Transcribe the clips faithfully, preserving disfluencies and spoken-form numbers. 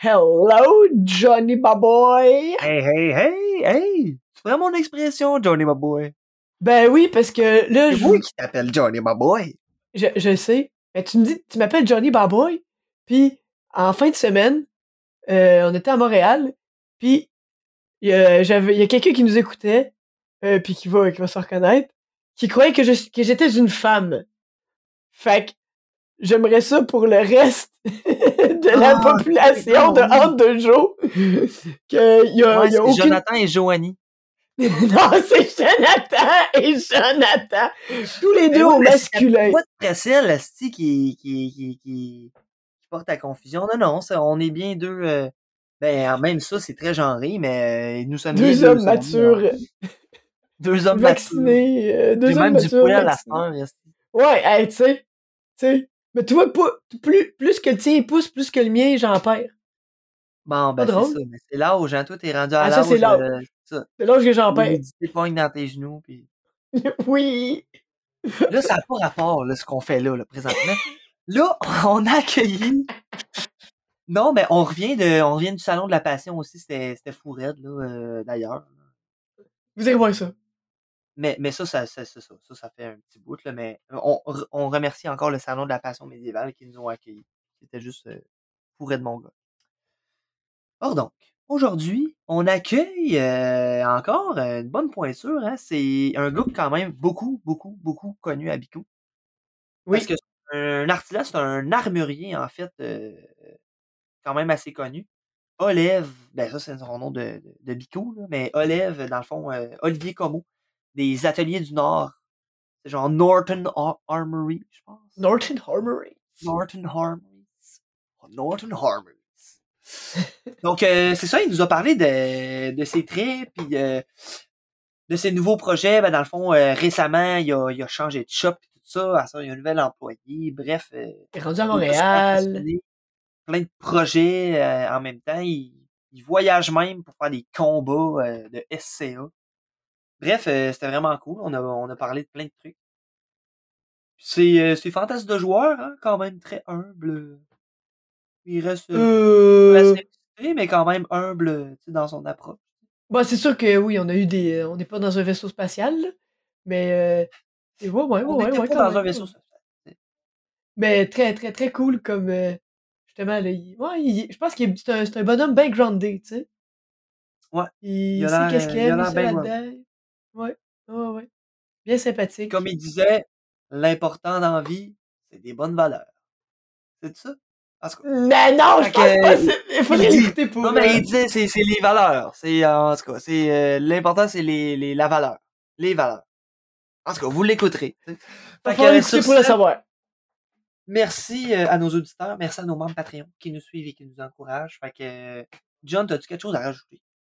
Hello, Johnny Baboy! Hey, hey, hey, hey! Tu ferais mon expression, Johnny Baboy? Ben oui, parce que là, C'est je moi vous... qui t'appelle Johnny Baboy! Je, je sais. Mais tu me dis, tu m'appelles Johnny Baboy, puis en fin de semaine, euh, on était à Montréal, puis il y a, j'avais, il y a quelqu'un qui nous écoutait, euh, puis qui va, qui va se reconnaître, qui croyait que, je, que j'étais une femme. Fait que j'aimerais ça pour le reste de la Ah, population de non, oui. entre deux jours, qu'il y a, Ouais, il y a c'est aucune... Jonathan et Joanie. Non, c'est Jonathan et Jonathan. Tous les Ben deux oui, au mais c'est ta masculin. voix de Précile, esti, qui, qui, qui, qui, qui porte à confusion. Non, non, ça, on est bien deux... euh, Ben, même ça, c'est très genré, mais euh, nous sommes bien Deux deux hommes hommes. là. matures, Deux hommes matures. vaccinés. euh, J'ai deux hommes même du matures, poil à vaccinés. faire, esti. Ouais, hey, tu sais, tu sais. Mais tu vois, pas- plus, plus que le tien pousse, plus que le mien, j'en perds. Bon, Pas ben, c'est drôle. ça. Mais c'est l'âge, hein. Toi, t'es rendu à Ah, ça, c'est l'âge, l'âge. euh, c'est ça. C'est l'âge que j'en perds. L'humidité pogne dans tes genoux, puis... Oui. Là, ça n'a pas rapport, là, ce qu'on fait là, là, présentement. Là, on a accueilli... Non, mais on revient de, on revient du Salon de la Passion aussi, c'était, c'était fou raide, là, euh, d'ailleurs. Vous allez voir ça. Mais, mais ça, ça, ça, ça, ça, ça, ça fait un petit bout, là, mais on, on remercie encore le Salon de la Passion médiévale qui nous ont accueillis. C'était juste euh, fou raide, mon gars. Or donc, aujourd'hui, on accueille euh, encore euh, une bonne pointure, hein. C'est un gars quand même beaucoup, beaucoup, beaucoup connu à Bico. Parce Oui. que c'est un artisan, c'est un armurier, en fait, euh, quand même assez connu. Olève, ben ça c'est son nom de, de, de Bico, là, mais Olève, dans le fond, euh, Olivier Comeau, des Ateliers du Nord. C'est genre Norton Ar- Armory, je pense. Norton Armory. Norton Armory. Norton Armory. Donc, euh, c'est ça, il nous a parlé de, de ses traits, puis euh, de ses nouveaux projets. Ben, dans le fond, euh, récemment, il a, il a changé de shop et tout ça. À ça, il y a un nouvel employé. Bref, euh, Il est rendu à il est super Montréal. passionné. Plein de projets euh, en même temps. Il, il voyage même pour faire des combats euh, de S C A. Bref, euh, c'était vraiment cool. On a, on a parlé de plein de trucs. C'est, euh, c'est fantastique de joueur, hein, quand même très humble. Il reste euh, de la Euh... simplicité, mais quand même humble tu sais, dans son approche. Bah, c'est sûr que oui, on a eu des... euh, on n'est pas dans un vaisseau spatial, là. Mais... Euh... et ouais, ouais, On ouais, ouais, n'était ouais, pas quand dans un même. vaisseau Ouais. spatial. Mais très, très, très cool comme... euh, justement, là, il- ouais, il- je pense qu'il est, c'est un, c'est un bonhomme bien groundé, tu sais. Ouais, il Il a sait l'air, qu'est-ce euh, qu'il il a aime, il l'air sait bien grounded. là-dedans. Ouais, ouais, ouais. Bien Comme sympathique. il disait, l'important dans la vie, c'est des bonnes valeurs. C'est ça? En tout cas. Mais non, je Fait pense pas. que, c'est- Il il faudrait dit, l'écouter pour... non, mais euh, il disait, c'est, c'est les valeurs. C'est, en tout cas, c'est, euh, l'important, c'est les, les, la valeur. Les valeurs. En tout cas, vous l'écouterez. T'sais. Va Fait falloir que, l'écouter sur pour le ce, savoir. merci euh, à nos auditeurs. Merci à nos membres Patreon qui nous suivent et qui nous encouragent. Fait que, John, as-tu quelque chose à rajouter?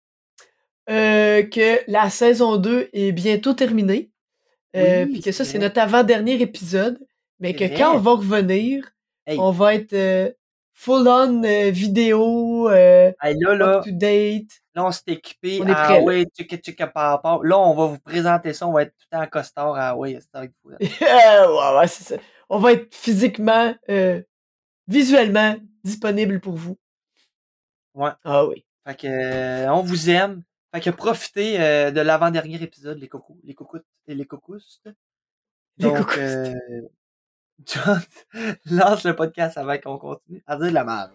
Euh, que la saison deux est bientôt terminée. Euh, puis Oui, que ça, c'est c'est vrai. notre avant-dernier épisode. Mais C'est que quand on vrai. va revenir, Hey, on va être euh, full-on euh, vidéo, euh, hey, là, là, up-to-date. là, on s'est équipé. On est Ah prêt, là. ouais, tchika tchika papa. Là, on va vous présenter ça. On va être tout le temps en costard. Ah ouais, c'est avec vous. Euh, ouais, ouais, c'est ça. On va être physiquement, euh, visuellement disponible pour vous. Ouais. Ah oui. Fait que, euh, on vous aime. Fait que profitez euh, de l'avant-dernier épisode, les cocos, les cocoutes et les cocoustes. Les Donc, cocos. euh, John, lance le podcast avant qu'on continue à dire de la merde.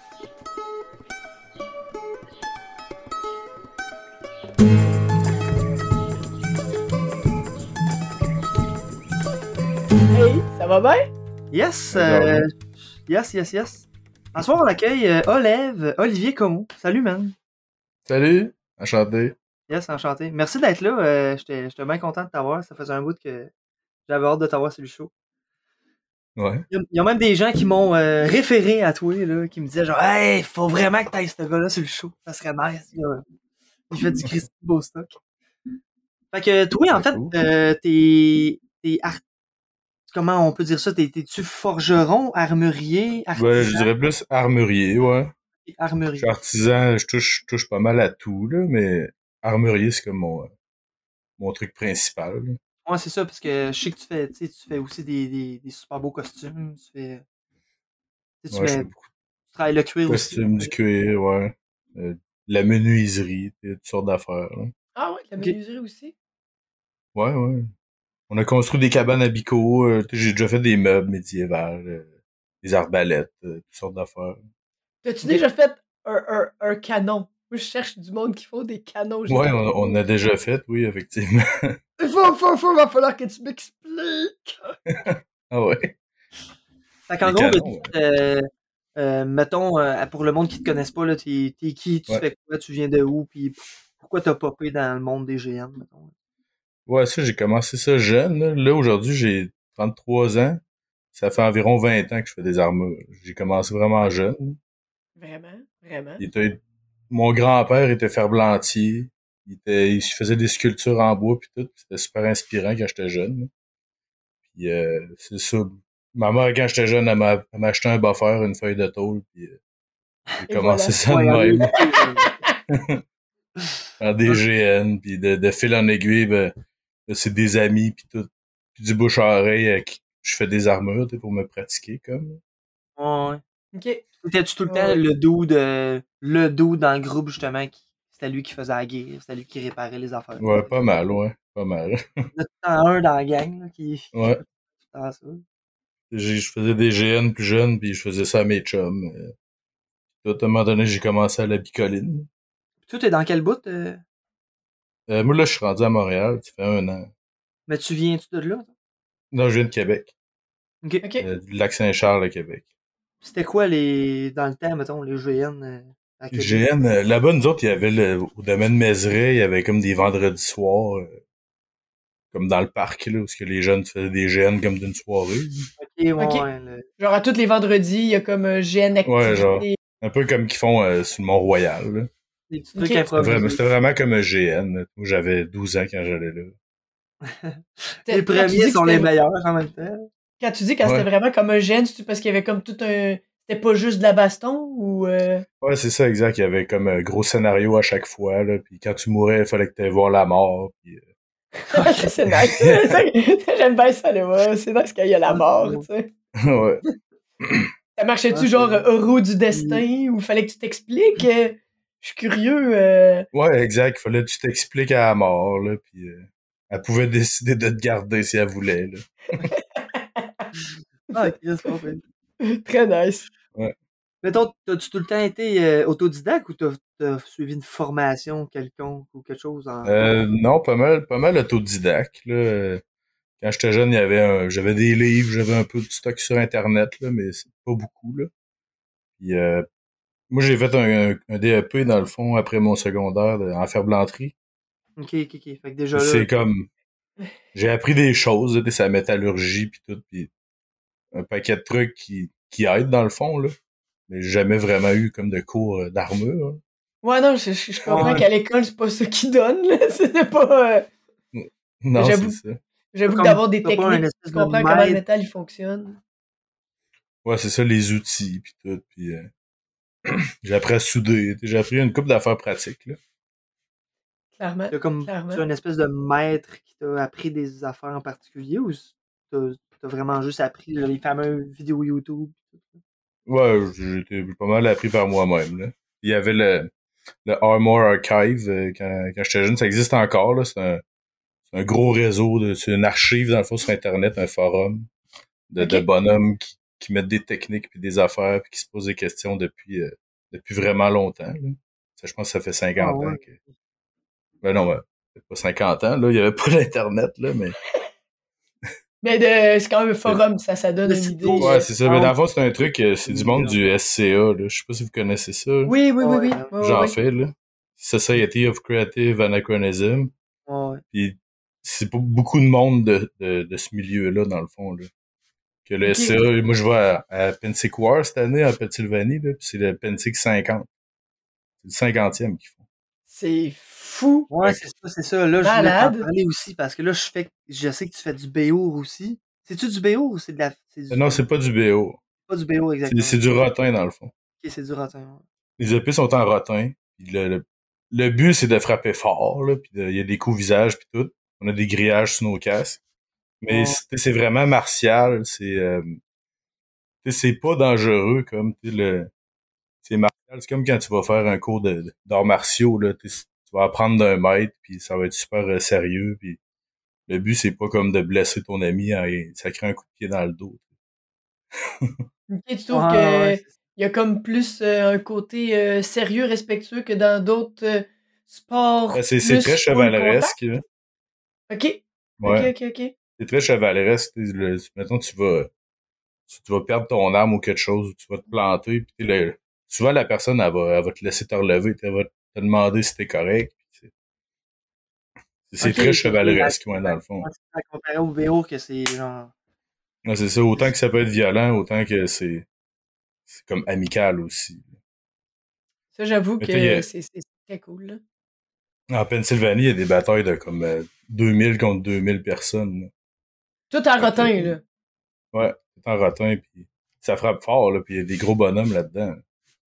Hey, ça va bien? Yes, Ben, ça va euh, bien. yes, yes, yes. En soir, on accueille euh, Olève, Olivier Comeau. Salut, man. Salut, enchanté. Yes, enchanté. Merci d'être là. Euh, J'étais j'étais bien content de t'avoir. Ça faisait un bout que j'avais hâte de t'avoir sur le show. Ouais. Il y, a, il y a même des gens qui m'ont euh, référé à toi, là, qui me disaient genre, hey, faut vraiment que t'ailles ce gars-là sur le show. Ça serait nice. Il, a- il fait du Christy beau stock. Fait que toi, en Ben fait, cool. euh, t'es, t'es art... comment on peut dire ça? T'es, t'es-tu forgeron, armurier, Ben, je artisan, dirais plus armurier, ouais. Je suis armurier? artisan, je touche, je touche pas mal à tout, là, mais armurier, c'est comme mon, mon truc principal, là. Ouais, c'est ça, parce que je sais que tu fais, tu sais, tu fais aussi des, des, des super beaux costumes. Tu fais, tu sais, tu Ouais, je mets, fais tu beaucoup. travailles le cuir aussi. Costume, du cuir, ouais. Euh, la menuiserie, toutes sortes d'affaires. Là. Ah ouais, la Ok. menuiserie aussi. Ouais, ouais. On a construit des cabanes à bico. Euh, j'ai déjà fait des meubles médiévaux, euh, des arbalètes, euh, toutes sortes d'affaires. T'as-tu Ok. déjà fait un, un, un canon? Moi, je cherche du monde qui font des canons. Ouais, on, on a déjà fait, oui, effectivement. Il faut, faut, faut, va falloir que tu m'expliques. Ah ouais. Fait qu'en Les gros, ben, canons, ouais. euh, euh, mettons, euh, pour le monde qui te connaisse pas, là, t'es, t'es qui, tu Ouais. fais quoi, tu viens de où, puis pourquoi t'as popé dans le monde des G N, mettons. Ouais, ça, j'ai commencé ça jeune. Là, là aujourd'hui, j'ai trente-trois ans. Ça fait environ vingt ans que je fais des armures. J'ai commencé vraiment jeune. Vraiment, vraiment. Il était... Mon grand-père était ferblantier. Il, était... il faisait des sculptures en bois puis tout. C'était super inspirant quand j'étais jeune. Puis euh, c'est ça. Ma mère, quand j'étais jeune, elle m'a, elle m'a acheté un buffer, une feuille de tôle. Puis euh, j'ai Et commencé voilà. ça de Ouais, en même. effet, En des G N. Puis de, de fil en aiguille, ben, là, c'est des amis puis tout. Puis du bouche à oreille, euh, qui- je fais des armures tu sais, pour me pratiquer comme. ouais, ouais. Ok. Étais-tu tout le Ouais, temps ouais. le dude, euh, le dude dans le groupe, justement, qui, c'était lui qui faisait la guerre, c'était lui qui réparait les affaires. Ouais, pas mal, ouais. Pas mal. Il y en a tout le temps un dans la gang, là, qui, qui Ouais. fait tout le temps ça. J'ai- Je faisais des G N plus jeunes, puis je faisais ça à mes chums. Euh, Puis, à un moment donné, j'ai commencé à la bicoline. Puis toi, t'es dans quel bout? euh? Euh, moi, là, je suis rendu à Montréal. Ça fait un an. Mais tu viens-tu de là? toi? Non, je viens de Québec. Ok. Ok. Euh, du Lac-Saint-Charles, à Québec. C'était quoi les, dans le temps, mettons, les G N euh, à Les Québec? G N, euh, là-bas, nous autres, il y avait le, au domaine Mézeray, il y avait comme des vendredis soirs, euh, comme dans le parc, là, où ce que les jeunes faisaient des G N comme d'une soirée. Ok, ouais, Ok. ouais, le- Genre, à tous les vendredis, il y a comme un G N Ouais, genre. activité. Un peu comme qu'ils font euh, sur le Mont-Royal, là. les petits Ok. trucs C'était C'était vraiment, improvisés. c'était vraiment comme un G N. Là. Moi, j'avais douze ans quand j'allais là. Les Quand tu premiers dis que sont les c'était- meilleurs en même temps. Quand tu dis que Ouais. c'était vraiment comme un G N, c'est parce qu'il y avait comme tout un. C'était pas juste de la baston ou. euh, Ouais, c'est ça, exact. Il y avait comme un gros scénario à chaque fois, là. Puis quand tu mourais, il fallait que tu ailles voir la mort. Puis, euh, ça, c'est nice. Ça, j'aime bien ça, là. Ouais. C'est nice qu'il y a la mort, tu sais. ouais. Ça marchait-tu Ouais, genre c'est- euh, roue du destin ou fallait que tu t'expliques? euh, Je suis curieux. euh, Ouais, exact. Il fallait que tu t'expliques à la mort, là. Puis euh, elle pouvait décider de te garder si elle voulait, là. Ah, Chris, pas pire. Très nice. Ouais. Mettons, t'as-tu tout le temps été euh, autodidacte ou t'as, t'as suivi une formation quelconque ou quelque chose en. Euh, non, pas mal, pas mal autodidacte, là. Euh, Quand j'étais jeune, il y avait un, j'avais des livres, j'avais un peu de stock sur Internet, là, mais c'est pas beaucoup, là. Puis, euh, moi, j'ai fait un, un D E P, dans le fond, après mon secondaire, de- en ferblanterie. Ok, ok, ok. Fait que déjà là. C'est comme... J'ai appris des choses, là, tu sais, sa métallurgie, puis tout, puis un paquet de trucs qui, qui aident, dans le fond, là. Mais j'ai jamais vraiment eu comme de cours euh, d'armure. Hein. Ouais, non, je, je- je comprends Ouais. qu'à l'école, c'est pas ça qu'ils donnent, là. C'était pas. euh, Non, c'est J'avoue, ça. j'avoue que Comme d'avoir des t'as pas un techniques, espèce tu de comprends comment le maître. métal il fonctionne. Ouais, c'est ça, les outils, puis tout, puis... euh, j'ai appris à souder, tu sais, j'ai appris une couple d'affaires pratiques, là. Clairement. T'as comme Clairement. tu as une espèce de maître qui t'a appris des affaires en particulier ou t'as, t'as vraiment juste appris là, les fameux vidéos YouTube? Ouais, j'ai été pas mal appris par moi-même, là. Il y avait le, le Armor Archive, euh, quand, quand j'étais jeune, ça existe encore, là. C'est un, c'est un gros réseau, de, c'est une archive, dans le fond, sur Internet, un forum de, Ok. de bonhommes qui, qui mettent des techniques puis des affaires puis qui se posent des questions depuis, euh, depuis vraiment longtemps, là. Ça, je pense que ça fait Ah cinquante ans ouais. que... Ben non, ben, peut-être pas cinquante ans, là, il y avait pas d'Internet, là, mais... Mais de, c'est quand même un forum, ça, ça donne Le une site idée. web. Ouais, c'est ça. Mais dans Ah, le fond, c'est un truc, euh, c'est du monde du S C A, là. Je sais pas si vous connaissez ça. là. Oui, oui, oui, oui. Ouais, Ouais, ouais, J'en ouais. fais, là. Society of Creative Anachronism. ouais. Puis c'est pas beaucoup de monde de, de, de ce milieu-là, dans le fond, là. Que le Ok. S C A, moi, je vais à, à Pensic War cette année, à Pennsylvanie, là. Puis c'est le Pensic cinquante. C'est le cinquantième qu'ils font. C'est fou. Ouais, Fait c'est ça, c'est ça. Là, je voulais t'en Malade. parler aussi parce que là, je fais je sais que tu fais du B O aussi. C'est-tu du B O ou c'est de la. C'est que- du, Non, c'est pas du B O. pas du B O C'est exactement. c'est du rotin, dans le fond. Ok, c'est du rotin. Ouais. Les E P sont en rotin. Puis le, le, le but, c'est de frapper fort, là. Puis de- il y a des coups visage, puis tout. On a des grillages sur nos casques. Mais Ouais. c'est c'est vraiment martial. C'est euh, tu sais, c'est pas dangereux comme tu sais, le C'est comme quand tu vas faire un cours de, d'arts martiaux, là. Tu vas apprendre d'un maître, puis ça va être super euh, sérieux, puis le but, c'est pas comme de blesser ton ami en sacrant un coup de pied dans le dos. OK, tu trouves Ouais, ouais, que c'est ça. il y a comme plus, heu, un côté, heu, sérieux, respectueux que dans d'autres, heu, Ben, sports c'est, c'est très plus full contact? chevaleresque, là. OK. OK, Ouais. OK, OK. C'est très chevaleresque. Tu sais, le- mettons, tu vas, tu, tu vas perdre ton arme ou quelque chose, ou tu vas te planter, puis tu sais, le- souvent, la personne, elle va, elle va te laisser te relever, puis elle va te demander si t'es correct. puis C'est, c'est OK, très OK, OK. C'est à chevaleresque, ouais, dans le fond. c'est à comparer au V O que c'est genre. Ouais, c'est ça. Autant que ça peut être violent, autant que c'est, c'est comme amical aussi. Ça, j'avoue Mais tu sais, il y que a- c'est c'est très cool, là. en Pennsylvanie, il y a des batailles de comme euh, deux mille contre deux mille personnes, là. Tout en Fait que, rotin, là. ouais, c'est en rotin, puis ça frappe fort, là, puis il y a des gros bonhommes là-dedans.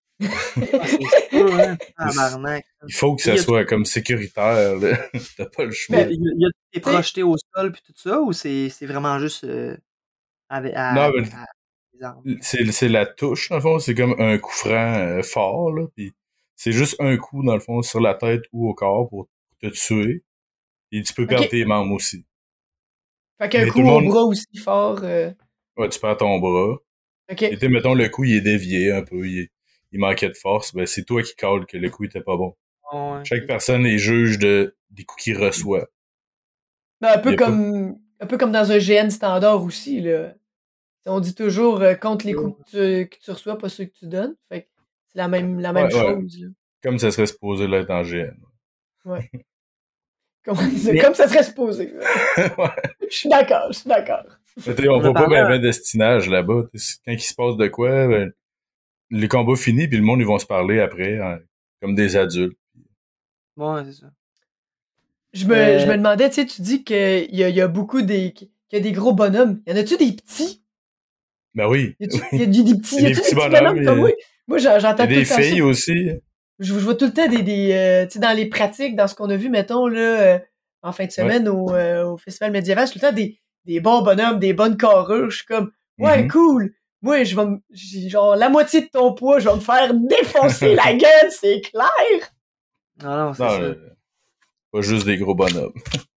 Ah, c'est sûr, hein. Tabarnak. Il faut que Mais ça y a-tu soit comme sécuritaire, là. T'as pas le y a, choix. Mais, y a t'es tu sais, projeté au sol puis tout ça ou c'est c'est vraiment juste euh, avec à, Non, mais à des armes? c'est, c'est la touche, dans le fond. C'est comme un coup franc euh, fort, là, puis c'est juste un coup, dans le fond, sur la tête ou au corps pour te tuer. Et tu peux perdre OK. tes membres aussi. Fait qu'un Mais tout coup le au monde, bras aussi fort, heu, ouais, tu perds ton bras. Et OK. tu mettons, le coup, il est dévié un peu, il, est- il manquait de force, ben c'est toi qui cale que le coup était pas bon. Ah ouais, Chaque ok. personne est juge de, des coups qu'il reçoit. Ben, un Il peu y a pas... comme un peu comme dans un G N standard aussi, là. On dit toujours, heu, compte les coups que tu que tu reçois, pas ceux que tu donnes. Fait que c'est la même la même Ouais, ouais. chose, là. Comme ça serait supposé l'être en G N. Ouais. Comme Mais comme ça serait supposé, ouais. Ouais. Je suis d'accord, je suis d'accord. Mais t'sais, on on a voit pas parlé ben à- ben destinage là-bas. T'sais, quand il se passe de quoi, ben, les combats finis, puis le monde, ils vont se parler après, hein, comme des adultes. Ouais, c'est ça. Je me je Euh, me demandais, tu sais, tu dis qu'il y a il y a beaucoup des qu'il y a des gros bonhommes. Y en a-tu des petits? Ben oui, Y a-tu y a oui. des des petits Il y y a des a-tu des petits petits bonhommes, bonhommes comme il moi? Moi, j'en y a j'entends tout des le temps ça. filles aussi. Je je vois tout le temps des des, heu, tu sais, dans les pratiques, dans ce qu'on a vu, mettons, là, heu, en fin de Ouais. semaine au, heu, au festival médiéval, c'est tout le temps des des bons bonhommes, des bonnes carrures. Je suis comme: «Ouais, Mhm. cool! Moi, je vais me j'ai genre la moitié de ton poids, je vais me faire défoncer la gueule, c'est clair!» non, non, c'est Non, ça. euh, pas juste des gros bonhommes.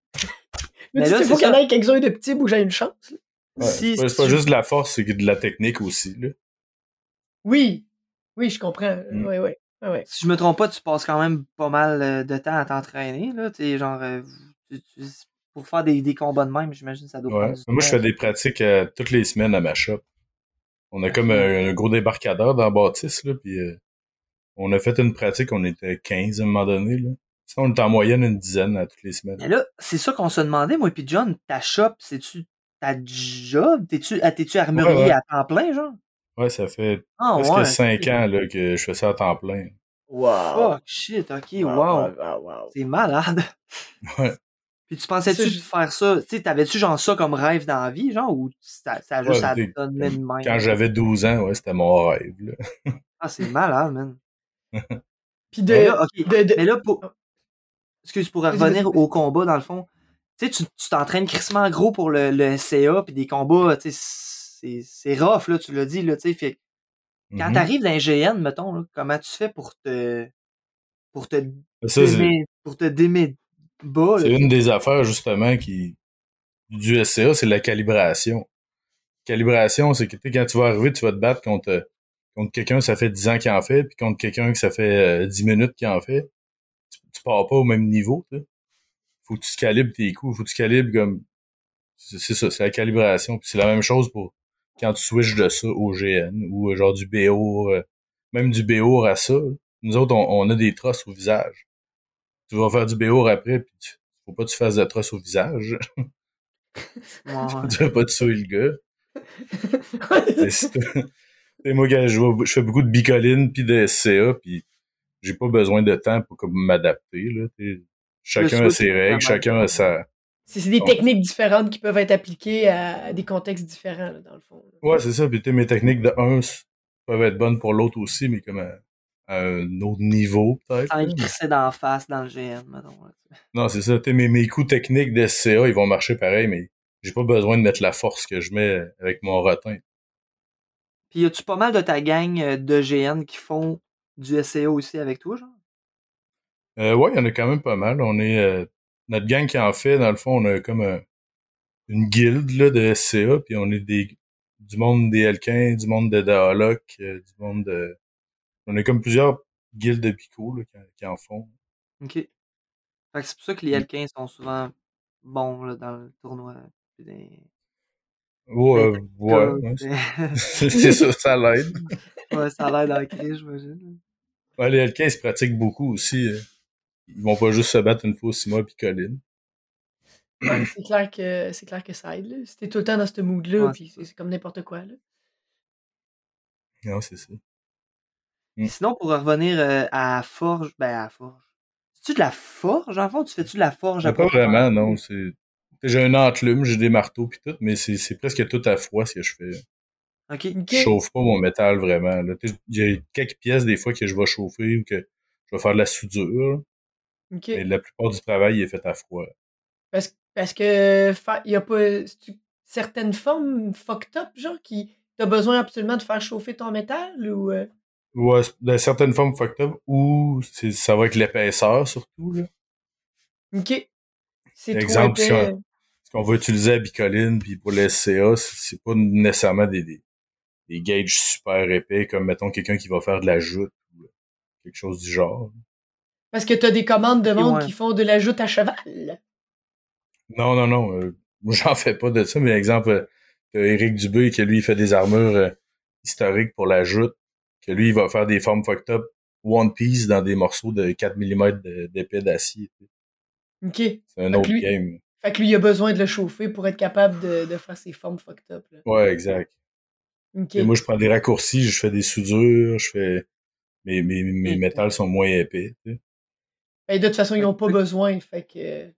Mais Mais tu sais, là, il c'est faut qu'il y en ça. ait quelques-uns de petits pour que j'aie une chance, là. Ouais, c'est Si, pas, c'est pas si je, juste de la force, c'est de la technique aussi, là. Oui, oui, je comprends, heu, Mm. ouais, ouais, ouais, ouais. si je me trompe pas, tu passes quand même pas mal euh, de temps à t'entraîner, là. Tu sais, genre, euh, tu- tu- pour faire des, des combats de même, j'imagine que ça doit Ouais. prendre du Moi, je temps. fais des pratiques euh, toutes les semaines à ma shop. On a comme Ok. un, un gros débarcadère dans la bâtisse, là, puis euh, on a fait une pratique, on était quinze à un moment donné, là. Sinon, on était en moyenne une dizaine à toutes les semaines. Mais là, c'est ça qu'on se demandait, moi et puis John, ta shop, c'est-tu ta job? T'es-tu ah, t'es-tu Ouais, armurier ouais. à temps plein, genre? Ouais, ça fait Ah presque ouais, cinq ok. ans là, que je fais ça à temps plein. Wow! Fuck, shit, ok, Wow, wow. wow, wow, wow. C'est malade. Ouais. Puis tu Ça, pensais-tu de je faire ça? Tu sais, t'avais-tu genre ça comme rêve dans la vie, genre, ou ça, ça a juste Ouais, à te t'sais, donner de comme quand même? j'avais douze ans, ouais, c'était mon rêve, là. Ah, c'est malade, man. puis Mais là, de ok. de de Mais là, pour, oh, excuse, pour vas-y, vas-y, revenir vas-y. au combat, dans le fond, tu sais, tu tu t'entraînes crissement gros pour le, le C A, puis des combats, tu sais, c'est c'est rough, là, tu l'as dit, là, tu sais. Fait que quand Mhm. t'arrives dans les G N, mettons, là, comment tu fais pour te, pour te Ça, c'est démer, pour te démer bas, c'est là, tu une sais? des affaires, justement, qui du S C A, c'est la calibration. Calibration, c'est que tu sais, quand tu vas arriver, tu vas te battre contre, contre quelqu'un, ça fait dix ans qu'il en fait, puis contre quelqu'un que ça fait euh, dix minutes qu'il en fait. Tu, tu pars pas au même niveau, tu sais. Faut que tu te calibres tes coups, faut que tu calibres comme C'est c'est ça, c'est la calibration. Puis c'est la même chose pour quand tu switches de ça au G N ou euh, genre du B O, euh, même du B O à ça. Nous autres, on, on a des trosses au visage. Tu vas faire du B O après, puis tu, faut pas que tu fasses de trosses au visage. Ouais. Tu vas pas tuer le gars. Mais si t'as- t'sais, moi, quand je, vais- je fais beaucoup de bicoline puis de S C A, puis j'ai pas besoin de temps pour comme m'adapter. Là, t'sais. Le Chacun a switch, ses c'est règles, vraiment chacun a sa. C'est c'est des Bon, techniques différentes qui peuvent être appliquées à à des contextes différents, là, dans le fond, là. ouais, c'est ça. Puis t'sais, mes techniques de un s- peuvent être bonnes pour l'autre aussi, mais comme à, à un autre niveau, peut-être. sans y Là, mais... crisser d'en face dans le G N, mettons. Là. Non, c'est ça. T'sais, mes, mes coups techniques de S C A, ils vont marcher pareil, mais j'ai pas besoin de mettre la force que je mets avec mon rotin. Puis y a-tu pas mal de ta gang euh, de G N qui font du S C A aussi avec toi, genre? Euh, ouais, il y en a quand même pas mal. On est euh, notre gang qui en fait, dans le fond, on a comme un- une guilde là, de S C A, puis on est des du monde des Elkins, du monde de Daaloc, euh, du monde de. On est comme plusieurs guildes de picots là, qui, qui en font. OK. Fait que c'est pour ça que les Mm. Elkins sont souvent bons là, dans le tournoi. Puis dans, Ouais, dans les euh, ouais, tacticals, ouais, puis c'est c'est ça, ça l'aide. dans- ouais, ça a l'air dans le cri, j'imagine. Ouais, les Elkins ils se pratiquent beaucoup aussi. euh. Ils vont pas juste se battre une fois au Sima puis Colline. Ouais, c'est clair que c'est clair que ça aide, là. Si t'es tout le temps dans ce mood-là, Ouais, c'est puis ça. c'est c'est comme n'importe quoi, là. Non, c'est ça. Puis Mm. sinon, pour revenir euh, à la forge, ben à la forge. C'est-tu de la forge, en fond? Tu fais-tu de la forge à Mais pas proprement vraiment, dit? non. C'est. J'ai un enclume, j'ai des marteaux puis tout, mais c'est c'est presque tout à froid ce que je fais. OK. Je OK. chauffe pas mon métal vraiment. Là. Tu sais, il y a quelques pièces des fois que je vais chauffer ou que je vais faire de la soudure, mais OK. la plupart du travail est fait à froid. Parce parce que fa y a pas c'est-tu certaines formes fucked up, genre, qui tu besoin absolument de faire chauffer ton métal ou, heu? Ouais, c'est- dans certaines formes fucked up, ou c'est, ça va avec l'épaisseur surtout. Là. OK. C'est trop Exemple, si on, épais. ce qu'on va utiliser à Bicoline, puis pour le S C A, c'est c'est pas nécessairement des, des, des gauges super épais, comme mettons quelqu'un qui va faire de la joute ou quelque chose du genre. Parce que t'as des commandes de OK, monde ouais. qui font de la joute à cheval. Non, non, non. euh, moi, j'en fais pas de ça, mais exemple, euh, t'as Éric Dubé qui lui il fait des armures euh, historiques pour la joute, que lui il va faire des formes fucked up One Piece dans des morceaux de quatre millimètres de- d'épais d'acier. OK. C'est un Fait que autre lui game. fait que lui, il a besoin de le chauffer pour être capable de de faire ses formes fucked up, là. Ouais, exact. Et OK. moi, je prends des raccourcis, je fais des soudures, je fais. Mes, mes, mes OK, OK. métals sont moins épais. Tu sais. Ben, de toute façon, ils Fait ont pas que- besoin, fait que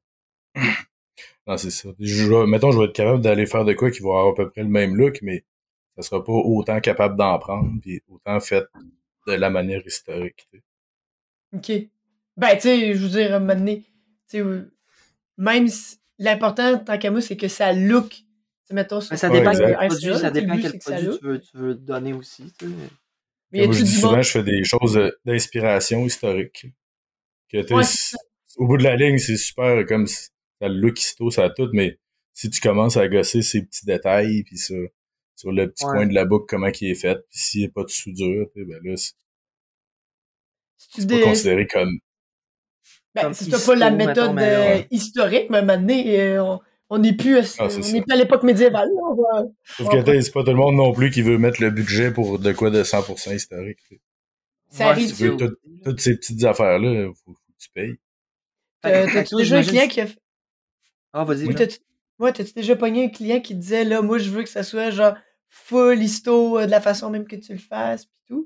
Non, c'est ça. Je, vais- mettons, je vais être capable d'aller faire de quoi qui va avoir à peu près le même look, mais ça sera pas autant capable d'en prendre, puis autant fait de la manière historique. Tu sais. OK. Ben, tu sais, je veux dire, à un moment donné, tu sais, heu, même si l'important, tant qu'à moi, c'est que ça look, tu sais, mettons, Ben, sur ça Ouais, tes dépend bagues quel exact. de produit, S C A, là, ça tu sais, le dépend but, quel c'est que ça produit look. tu veux, tu veux donner aussi, tu sais. Mais y Comme je a-tu dis du souvent, monde je fais des choses euh, d'inspiration historique. Que, tu ouais, c'est sais, au bout de la ligne, c'est super comme si- ça le look histo, ça a tout, mais si tu commences à gosser ces petits détails, puis sur, sur le petit Ouais. coin de la boucle, comment il est fait, puis s'il n'y a pas de soudure, tu sais, ben là, c'est c'est-tu c'est pas des considéré comme. ben, Comme si tu pas la histo, mettons, méthode, mais là. heu, Ouais. historique, mais à un moment donné, heu, on on n'est plus à ce Ah, c'est on ça. n'est plus à l'époque médiévale, là, on va Sauf on va que en prendre t'sais, c'est pas tout le monde non plus qui veut mettre le budget pour de quoi de cent pour cent historique. T'sais. ça Ouais, Si c'est tu arrive-tu? veux ça tout- aussi, là. toutes ces petites affaires-là, faut, faut que tu payes. Fait, que- Tu fait que t'as-tu toi, déjà un j'imagine. client qui a f Ah, vas-y, oui, Oui. John. t'as-tu ouais, t'as-tu déjà pogné un client qui disait: «Là, moi, je veux que ça soit, genre, full histo, heu, de la façon même que tu le fasses pis tout»?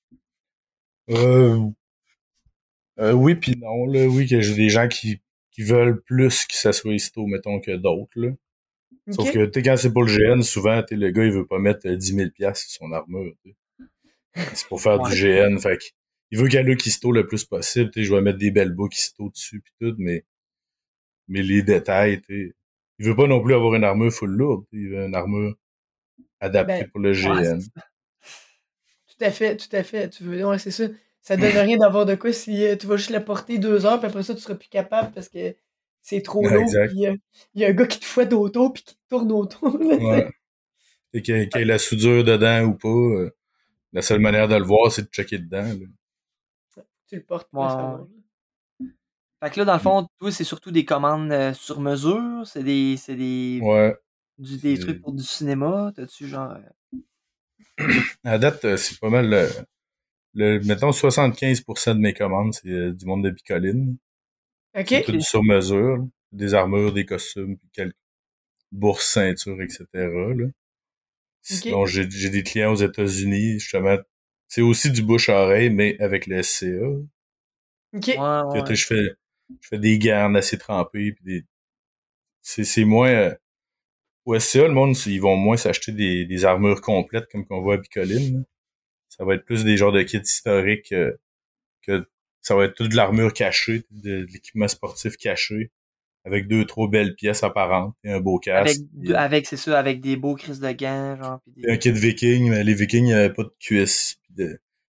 Euh, euh, oui puis non, là. Oui, que j'ai des gens qui, qui veulent plus que ça soit histo, mettons, que d'autres, là. Sauf OK. que, tu sais, quand c'est pour le G N, souvent, t'sais, le gars, il veut pas mettre euh, dix mille piastres sur son armure, t'sais. C'est pour faire du Ouais. G N, fait que il veut qu'elle look histo le plus possible, t'sais, je vais mettre des belles boucles histo dessus pis tout, mais, mais les détails, t'sais. Il veut pas non plus avoir une armure full lourde, t'sais, il veut une armure adaptée Ben, pour le Ouais, c'est G N. ça. tout à fait, tout à fait. Tu veux ouais, c'est ça. Ça donne rien d'avoir de quoi si, heu, tu vas juste la porter deux heures, puis après ça, tu seras plus capable parce que c'est trop lourd, Exact. puis, heu, il y a un gars qui te fouette autour puis qui te tourne autour, là, tu Ouais. sais. Et qu'il y, ait qu'il y ait la soudure dedans ou pas, euh, la seule manière de le voir, c'est de checker dedans. Là. Tu le portes pour le Ouais. savoir, là. Fait que là, dans le Mm. fond, toi, c'est surtout des commandes euh, sur mesure, c'est des, c'est des, Ouais. du- des trucs C'est- pour du cinéma, t'as-tu genre. euh, À date, euh, c'est pas mal le, le mettons soixante-quinze pour cent de mes commandes, c'est euh, du monde de Bicoline. C'est tout OK? du Ok. sur-mesure, là. Des armures, des costumes, puis quelques bourses, ceintures, et cetera. Là. OK. Sinon, j'ai j'ai des clients aux États-Unis, justement. C'est aussi du bouche-oreille, mais avec le S C A. Ouais, OK. Que, tu sais, ouais. je fais, je fais des garnes assez trempées, puis des, c'est c'est moins. euh, Au S C A, le monde, ils vont moins s'acheter des, des armures complètes comme qu'on voit à Bicoline. Là. Ça va être plus des genres de kits historiques euh, que ça va être toute de l'armure cachée, de, de l'équipement sportif caché, avec deux, trois belles pièces apparentes, et un beau Avec, casque, puis, de- euh, avec c'est ça, avec des beaux crises de gants, genre, pis puis un des. kit viking, mais les vikings, il n'y avait pas de cuisses, puis de,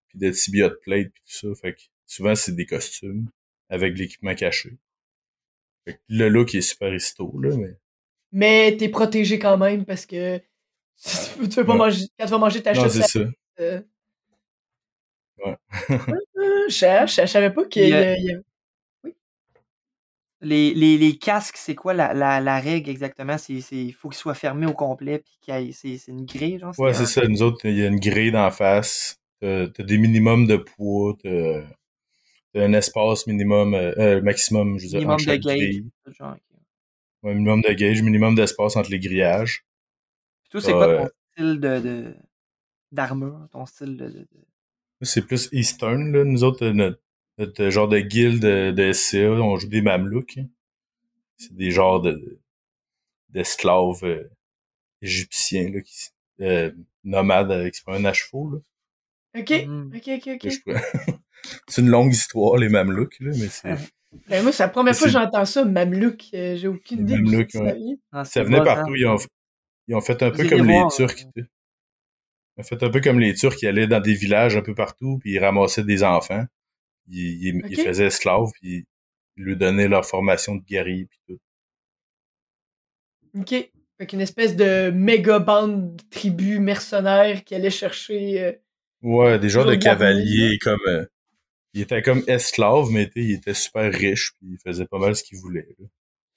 puis de tibia plate, puis tout ça. Fait que souvent, c'est des costumes avec de l'équipement caché. Fait que le look est super histo, là, mais... Mais t'es protégé quand même parce que tu veux pas Ouais. manger. Quand tu vas manger ta Non, chute, c'est ça. euh, Ouais. euh, je savais- je savais pas qu'il y, Puis, euh, a- il y a- Les, les, les casques, c'est quoi la, la, la règle exactement? C'est, c'est, il faut qu'ils soient fermés au complet, puis qu'il y ait- c'est, c'est une grille, genre? Ouais, C'est c'est un... ça. Nous autres, il y a une grille d'en face. T'as, t'as des minimums de poids. T'as, t'as un espace minimum, euh, euh, maximum, je veux dire, entre minimum de chaque gauge. grille. Genre, ok. Ouais, minimum de gauge, minimum d'espace entre les grillages. Puis toi, c'est quoi Euh, ton style de, de, d'armure? Ton style de... de, de- c'est plus Eastern, là. Nous autres, notre, notre genre de guilde de, de S C A, on joue des mamelouks. Hein. C'est des genres de, d'esclaves euh, égyptiens, là, qui, euh, nomades avec qui se promènent à chevaux, là. Ok, Mhm. ok, ok, ok. Que je pourrais- c'est une longue histoire, les mamelouks, là, mais c'est... Ben moi, c'est la première fois que c'est j'entends ça, Mamelouk. Euh, j'ai aucune les idée d'où ça mamelouks, ouais. vient. Ah, Ça c'est venait bas, partout. hein? Ils ont, ils ont fait un Vous peu irez comme les voir, Turcs. euh, tu sais. Ils ont fait un peu comme les Turcs qui allaient dans des villages un peu partout, puis ils ramassaient des enfants. Ils, ils, ils Ok, faisaient esclaves, puis ils leur donnaient leur formation de guerrier, puis tout. ok. Fait qu'une espèce de méga bande de tribus mercenaires qui allaient chercher euh, Ouais, des genres de toujours de l'armée, là. cavaliers, comme... euh, ils étaient comme esclaves, mais tu sais, ils étaient super riches, puis ils faisaient pas mal ce qu'ils voulaient, là.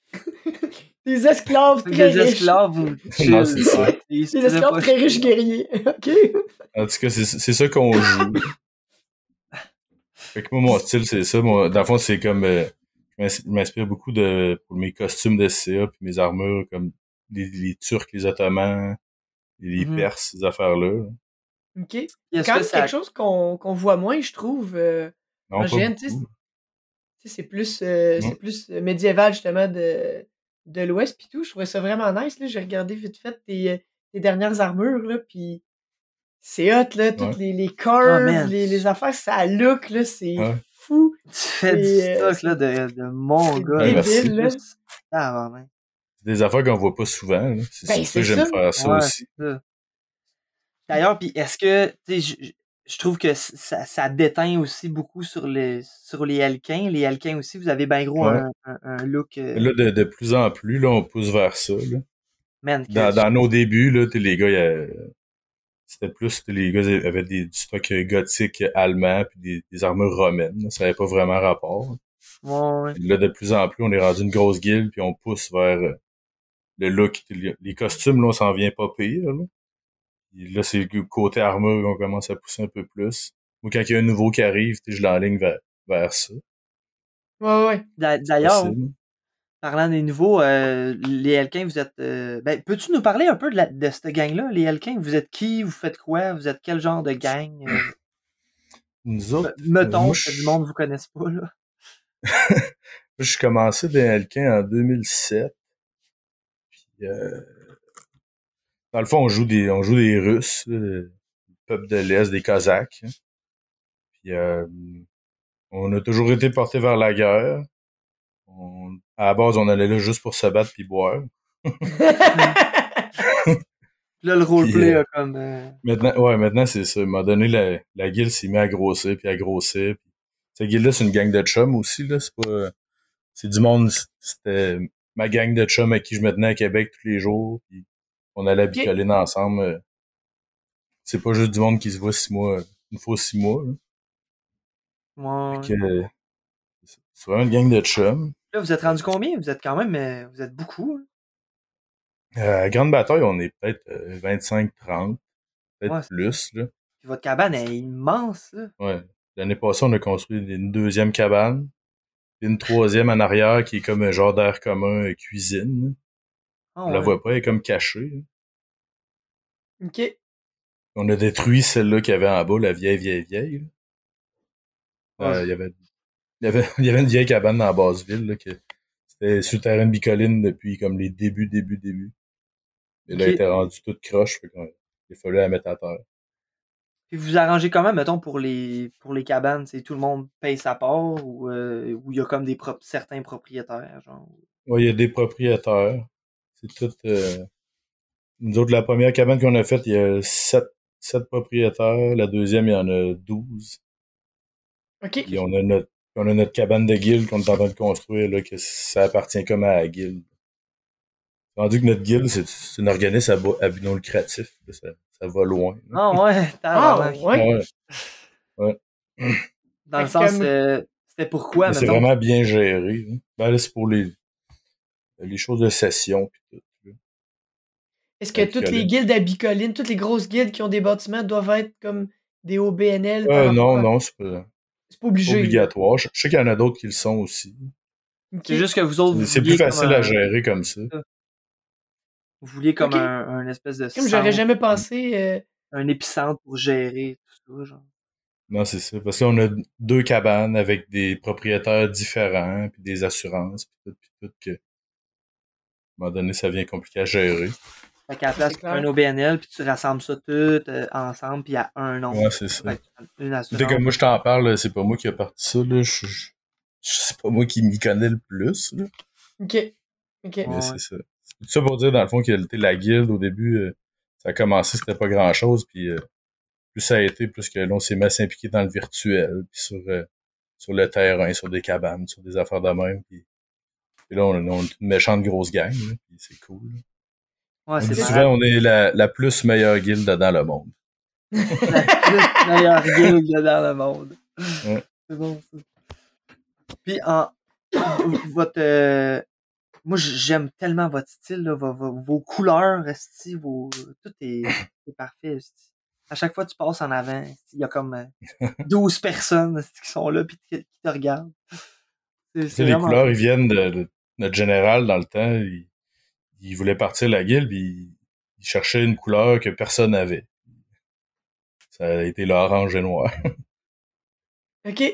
Des esclaves très Des riches. esclaves ou Non, chill. c'est ça. Ouais, ils se Des faisaient esclaves pas très chier. riches guerriers. ok. En tout cas, c'est, c'est ça qu'on joue. Fait que moi, mon style, c'est ça. Moi, dans le fond, c'est comme... euh, je m'ins- je m'inspire beaucoup de pour mes costumes de C A, puis mes armures, comme les, les Turcs, les Ottomans, les Mhm. Perses, ces affaires-là. Ok. C'est Est-ce quand que même ça... quelque chose qu'on qu'on voit moins, je trouve. euh, Non, en pas G N, tu sais, beaucoup. tu sais, c'est plus, euh, Non. c'est plus euh, médiéval, justement, de, de l'Ouest, puis tout. Je trouvais ça vraiment nice, là. J'ai regardé vite fait tes, euh, tes dernières armures, là, puis c'est hot, là. Toutes Ouais. les, les Ah, curves, man, les, les affaires, ça look, là. C'est Ouais. fou. tu fais du C'est euh, stock, là, c'est- de, de mon c'est gars, Ouais, là. merci. débile, là. Juste... Ah, ouais, C'est des affaires qu'on voit pas souvent, là. C'est Ben, pour ça c'est que j'aime ça. faire ça ouais, aussi. c'est ça. D'ailleurs, puis est-ce que, tu sais, je, je- je trouve que c- ça, ça déteint aussi beaucoup sur les, sur les Elkins. Les Elkins aussi, vous avez bien gros Ouais. un, un, un look, Mais euh, là, de, de plus en plus, là, on pousse vers ça, là. man, que Dans, je- dans nos débuts, là, t'sais, les gars, y a- c'était plus, t'sais, les gars avaient des, du stock gothique allemand, puis des, des armures romaines, là. Ça avait pas vraiment rapport. ouais, ouais. Et là, de plus en plus, on est rendu une grosse guilde, puis on pousse vers euh, le look. Les costumes, là, on s'en vient pas pire, là. Et là, c'est le côté armure qu'on commence à pousser un peu plus. Moi, quand il y a un nouveau qui arrive, t'sais, je l'enligne vers, vers ça. Ouais, ouais. D'a- C'est D'ailleurs, facile. parlant des nouveaux, euh, les Elkins, vous êtes. euh, ben, peux-tu nous parler un peu de, la, de cette gang-là, les Elkins? Vous êtes qui? Vous faites quoi? Vous êtes quel genre de gang? Euh, Nous me- autres, euh, mettons moi, que du je monde vous connaisse pas, là. je suis commencé dans Elkin en deux mille sept. Puis, euh, dans le fond, on joue des, on joue des Russes, là, le peuple de l'Est, des Cosaques. Hein. Puis, euh, on a toujours été porté vers la guerre. On- à la base, on allait là juste pour se battre puis boire. Là, le Puis, roleplay euh, a comme. euh, maintenant, ouais, maintenant, c'est ça. À un moment donné, la, la guilde s'est mise à grossir puis à grossir. Puis, cette guilde-là, c'est une gang de chums aussi, là. C'est pas, c'est du monde, c'était ma gang de chums à qui je me tenais à Québec tous les jours. Puis, on allait à Ok. Bicoline ensemble. euh, C'est pas juste du monde qui se voit six mois, une fois six mois. Là. ouais, Fait ouais. que, euh, c'est vraiment une gang de chums. Là, vous êtes rendu combien? Vous êtes quand même. euh, vous êtes beaucoup, hein? Euh, à Grande Bataille, on est peut-être euh, vingt-cinq trente, peut-être Ouais, c'est ça. plus. Là. Puis votre cabane est immense, là. Ouais. L'année passée, on a construit une deuxième cabane. Puis une troisième en arrière qui est comme un genre d'air commun euh, cuisine. Là. Ah On la ouais. voit pas, elle est comme cachée. Là. ok. On a détruit celle-là qu'il y avait en bas, la vieille, vieille, vieille. là. Ouais. Euh, Il y avait, il y avait, il y avait une vieille cabane dans la basse-ville, là, que c'était sur le terrain de Bicoline depuis comme les débuts, débuts, débuts. Et là, elle Ok. était rendue toute croche, fait qu'on- il fallait la mettre à terre. Puis vous arrangez comment, mettons, pour les pour les cabanes? C'est tout le monde paye sa part ou euh, ou il y a comme des pro- certains propriétaires, genre. Ouais, il y a des propriétaires. C'est tout. euh, Nous autres, la première cabane qu'on a faite, il y a sept, sept propriétaires. La deuxième, il y en a douze. OK. Puis on a notre, on a notre cabane de guilde qu'on est en train de construire, là, que ça appartient comme à la guilde. Rendu que notre guilde, c'est, c'est un organisme à, bo- à but non lucratif. Là, ça, ça va loin. Là. Ah ouais, Ah, tabarnak. ouais. Ouais. Ouais. Dans le Fait sens, comme- euh, c'était pourquoi, Mais c'est mettons? vraiment bien géré. Hein. Ben là, c'est pour les, les choses de session pis tout. Là. Est-ce que Avec toutes les Colin. guildes à Bicoline, toutes les grosses guildes qui ont des bâtiments doivent être comme des O B N L par Euh, rapport non, à... non, c'est pas, C'est pas obligé. pas là. obligatoire. Je, je sais qu'il y en a d'autres qui le sont aussi. OK. C'est juste que vous autres, vous C'est, c'est vouliez plus facile comme à un, gérer comme ça. vous vouliez comme OK. un, un espèce de Comme j'aurais centre, jamais pensé... euh, un épicentre pour gérer tout ça, genre. Non, c'est ça. Parce qu'on a deux cabanes avec des propriétaires différents, puis des assurances, puis tout, puis tout, que, à un moment donné, ça devient compliqué à gérer. Fait qu'à la Ça, place, c'est tu fais clair. un O B N L, puis tu rassembles ça tout euh, ensemble, puis il y a un nom. Ouais, c'est ça. Fait que une Dès assurance. que moi je t'en parle, là, c'est pas moi qui ai parti ça, là. Je, je, c'est pas moi qui m'y connais le plus, là. OK. OK. Mais Ouais, c'est ouais. ça. C'est tout ça pour dire, dans le fond, que t'sais, la guilde, au début, euh, ça a commencé, c'était pas grand-chose, puis euh, plus ça a été, plus que là, on s'est mis à s'impliquer dans le virtuel, puis sur, euh, sur le terrain, sur des cabanes, sur des affaires de même, puis, puis là, on, on est une méchante grosse gang, là, puis c'est cool. Là. Ouais, On c'est dit malade. souvent, on est la, la plus meilleure guilde dans le monde. La plus meilleure guilde dans le monde. Ouais. C'est bon, ça. Puis, en, votre, euh, moi, j'aime tellement votre style, là, vos, vos, vos couleurs, esti, vos, tout est, est parfait. Esti. À chaque fois que tu passes en avant, il y a comme euh, douze personnes esti, qui sont là et qui, qui te regardent. C'est, c'est les vraiment couleurs, ils viennent de, de notre général dans le temps. Il, il voulait partir la guilde, puis il, il cherchait une couleur que personne n'avait. Ça a été l'orange et noir. OK.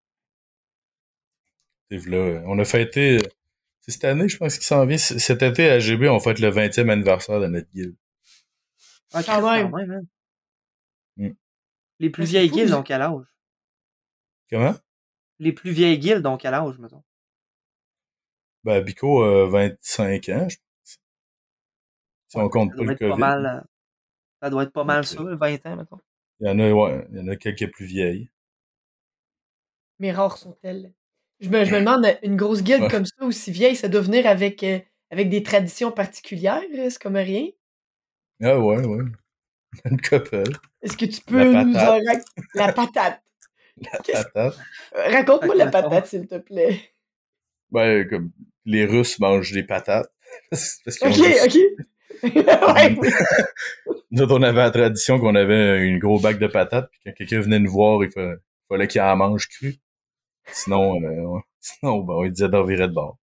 Là, on a fêté... C'est cette année, je pense qu'il s'en vient. Cet été, à G B, on fête le vingtième anniversaire de notre guilde. Ah, Quand même. quand même, hein. Mm. Les plus Mais c'est vieilles fou, guildes vous- ont quel âge? Comment? Les plus vieilles guildes ont quel âge, mettons? Ben, Bico a vingt-cinq ans, je pense. Si Ouais, on compte ça pas doit le être pas COVID. mal, euh, ça doit être pas mal Ok. ça, vingt ans, mettons. Il y en a, ouais, il y en a quelques plus vieilles. Mais rares sont-elles. Je me, je me demande, une grosse guilde Ouais. comme ça, aussi vieille, ça doit venir avec, euh, avec des traditions particulières, euh, c'est comme rien. Ah ouais, ouais. Une couple. Est-ce que tu La peux nous en patate. rac- La patate. La Qu'est-ce- patate. Euh, Raconte-moi Fait que la mettons- patate, s'il te plaît. Ben, comme les Russes mangent des patates. Parce qu'ils ont Ok, juste- ok. Ouais, oui. Nous autres, on avait la tradition qu'on avait une gros bac de patates, puis quand quelqu'un venait nous voir, il fa- fallait qu'il en mange cru. Sinon, euh, ouais. Sinon, ben, on lui disait d'en virer de bord.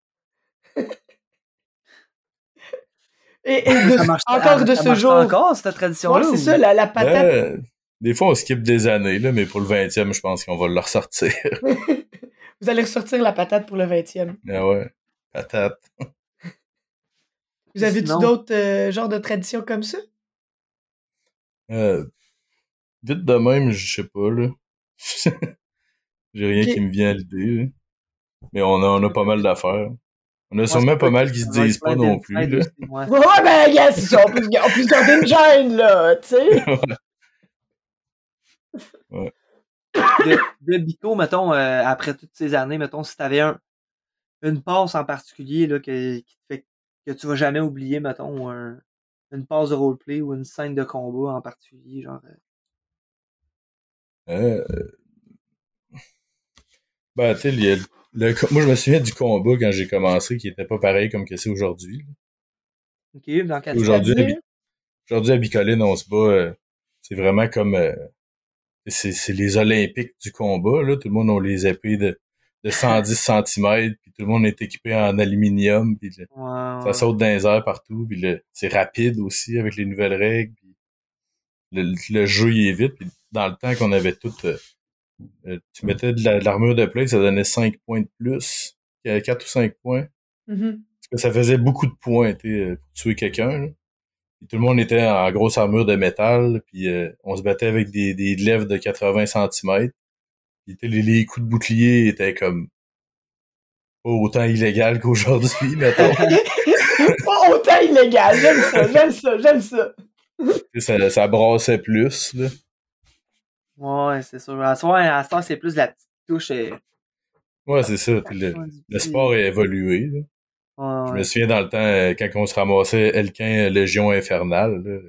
Et, et de- Ça marche encore ah, de ça ce marche jour. encore, cette tradition-là? Ouais, c'est ou- ça, la, la patate. Ben, des fois, on skip des années, là, mais pour le vingtième, je pense qu'on va le ressortir. Vous allez ressortir la patate pour le vingtième. Ah ouais, patate. Vous avez-tu Sinon- d'autres euh, genres de traditions comme ça? Euh, vite de même, je sais pas, là. J'ai rien Ok. qui me vient à l'idée, là. Mais on a, on a pas mal d'affaires. On a Ouais, sûrement c'est pas vrai mal que qui se ça doit disent être pas plein non plus, d'insides là. aussi, ouais. Ouais, ben, regarde, c'est ça. On peut, se- on peut se garder une gêne, là, tu sais. De, de Bico, mettons, euh, après toutes ces années, mettons, si t'avais un, une passe en particulier, là, que, qui te fait, que tu vas jamais oublier, mettons, ou un, une passe de roleplay ou une scène de combat en particulier, genre. euh, Euh, ben, tu sais, il y a le- le co- moi, je me souviens du combat quand j'ai commencé, qui était pas pareil comme que c'est aujourd'hui. Ok, dans quel Aujourd'hui, à, C'est-à-dire? Bi- aujourd'hui, à Bicoline, on se bat, euh, c'est vraiment comme, euh, c'est, c'est les Olympiques du combat, là. Tout le monde a les épées de, de cent dix centimètres, puis tout le monde est équipé en aluminium, puis le- Ouais, ça ouais. saute dans les airs partout, puis le, c'est rapide aussi avec les nouvelles règles, puis le, le jeu, il est vite, puis dans le temps qu'on avait tout, euh, euh, tu mettais de, la, de l'armure de plate, ça donnait cinq points de plus, quatre ou cinq points. Mhm. Parce que ça faisait beaucoup de points, tu sais, pour tuer quelqu'un, là. Puis tout le monde était en grosse armure de métal, puis euh, on se battait avec des, des glaives de quatre-vingts centimètres. Puis tu sais, les, les coups de bouclier étaient comme pas autant illégal qu'aujourd'hui, mettons. Pas autant illégal. J'aime ça, j'aime ça, j'aime ça. ça, ça brassait plus, là. Ouais, c'est sûr. À ce soir, à ce soir, c'est plus la petite touche. euh, Ouais, c'est ça. Puis le, ouais, du le petit- sport a évolué, là. Ouais, Je me ouais. souviens dans le temps, euh, quand on se ramassait Elquin Légion Infernale, là,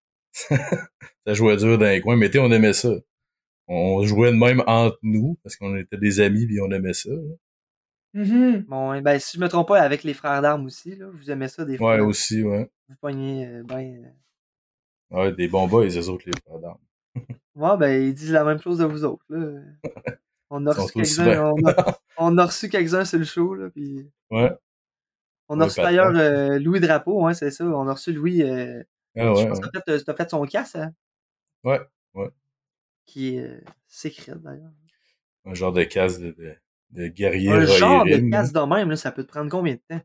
ça jouait dur dans les coins, mais tu sais, on aimait ça. On jouait de même entre nous, parce qu'on était des amis, puis on aimait ça. Là. Mhm. Bon, ben, si je me trompe pas, avec les frères d'armes aussi, là, vous aimez ça des Ouais, fois. aussi, ouais. Vous pognez, euh, ben. euh, Ouais, des bons boys, les autres, les frères d'armes. Ouais, ben, ils disent la même chose de vous autres, là. On a Ils sont reçu aussi quelques-uns, bien. on a, on a reçu quelques-uns sur le show, là, puis Ouais, on a ouais, reçu d'ailleurs Patraque. euh, Louis Drapeau, hein, c'est ça. On a reçu Louis, euh, Ah je ouais, pense ouais. que t'as fait, euh, t'as fait son casse, hein, Ouais, ouais. qui est euh, secret d'ailleurs. Un genre de casse de, de, de guerrier Un genre de Rohirrim, là. casse de même, là, ça peut te prendre combien de temps?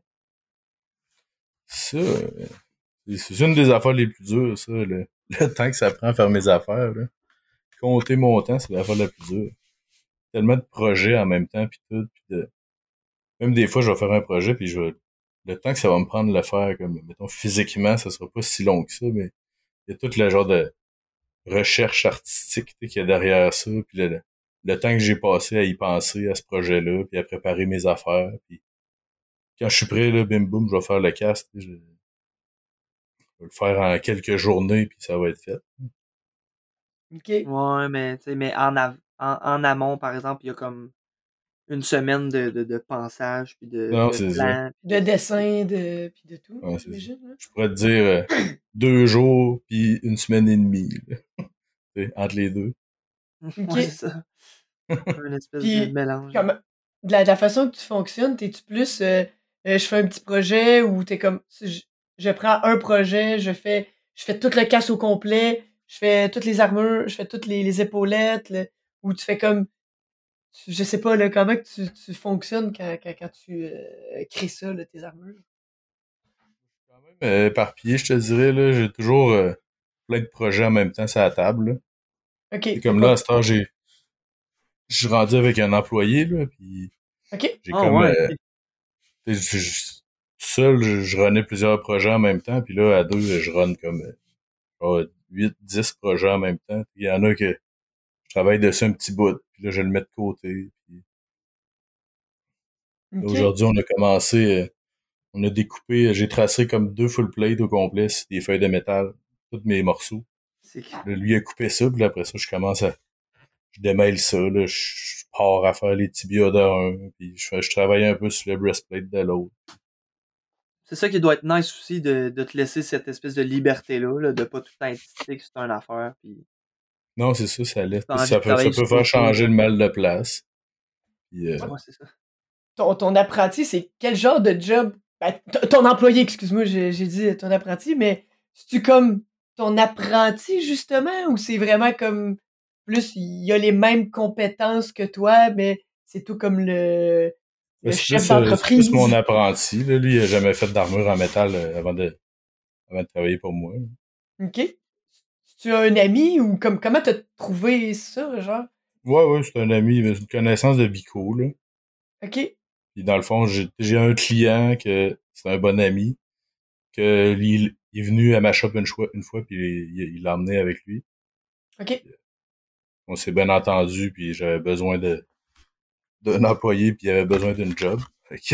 Ça, euh, c'est c'est une des affaires les plus dures, ça, le, le temps que ça prend à faire mes affaires, là. Compter mon temps, c'est l'affaire la plus dure. Tellement de projets en même temps, puis tout, puis de... Même des fois, je vais faire un projet, puis je vais... Le temps que ça va me prendre de le faire, comme, mettons, physiquement, ça sera pas si long que ça, mais il y a tout le genre de recherche artistique, tu sais, qu'il y a derrière ça, puis le, le temps que j'ai passé à y penser, à ce projet-là, puis à préparer mes affaires, puis quand je suis prêt, là, bim boum, je vais faire le cast, tu sais, je, je vais le faire en quelques journées, puis ça va être fait. OK. Ouais, mais, tu sais, mais en, av- en, en amont, par exemple, il y a comme une semaine de, de, de pensage, puis de, Non, de c'est ça. plan. De dessin, de... puis de tout, Ouais, c'est ça. j'imagine. Là. Je pourrais te dire euh, deux jours, puis une semaine et demie, là, tu sais, entre les deux. Ouais, c'est OK. ça. Un espèce de Puis, mélange. comme, de la, de la façon que tu fonctionnes, t'es-tu plus, euh, euh, je fais un petit projet ou t'es comme, je, je prends un projet, je fais, je fais tout le casse au complet, je fais toutes les armures, je fais toutes les, les épaulettes, là, ou tu fais comme, tu- je sais pas, là, comment que tu, tu fonctionnes quand, quand, quand tu euh, crées ça, là, tes armures. Euh, éparpillé, je te dirais, là, j'ai toujours euh, plein de projets en même temps sur la table, là. C'est OK, t'es comme là, à pas... cette heure, j'ai, je suis rendu avec un employé, là, puis OK, j'ai Ah comme, ouais, euh, ok. tu sais, je- je- tout seul, je, je runnais plusieurs projets en même temps, puis là, à deux, je run comme euh, huit dix projets en même temps. Puis il y en a que je travaille dessus un petit bout, puis là, je le mets de côté. Puis là, OK, aujourd'hui, on a commencé, euh, on a découpé, j'ai tracé comme deux full plates au complet, sur des feuilles de métal, tous mes morceaux. C'est que- Là, lui a coupé ça, puis là, après ça, je commence à, je démêle ça, là, je, je pars à faire les tibias d'un, puis je, fais- je travaille un peu sur le breastplate de l'autre. c'est ça qui doit être nice aussi de, de te laisser cette espèce de liberté-là, là, de pas tout le temps être stick sur une affaire. Puis Non, c'est ça, ça laisse. t'as envie Ça de peut, ça travailler peut sur faire d'autres choses. changer le mal de place. Puis, euh, Ouais. Ouais, c'est ça. ton, ton apprenti, c'est quel genre de job? Ben, t- ton employé, excuse-moi, j'ai j'ai dit ton apprenti, mais c'est-tu comme ton apprenti, justement, ou c'est vraiment comme plus il a les mêmes compétences que toi, mais c'est tout comme le, là, le c'est chef plus, euh, c'est plus mon d'entreprise? apprenti, là. Lui, il a jamais fait d'armure en métal euh, avant de, avant de travailler pour moi. OK. Tu as un ami ou comme comment t'as trouvé ça, genre? Ouais, ouais, c'est un ami, mais c'est une connaissance de Bico, là. OK. Puis dans le fond, j'ai j'ai un client que c'est un bon ami, que lui, il est venu à ma shop une fois, une fois puis il il l'a emmené avec lui. OK. On s'est bien entendu, puis j'avais besoin de d'un employé, puis il avait besoin d'une job. Fait que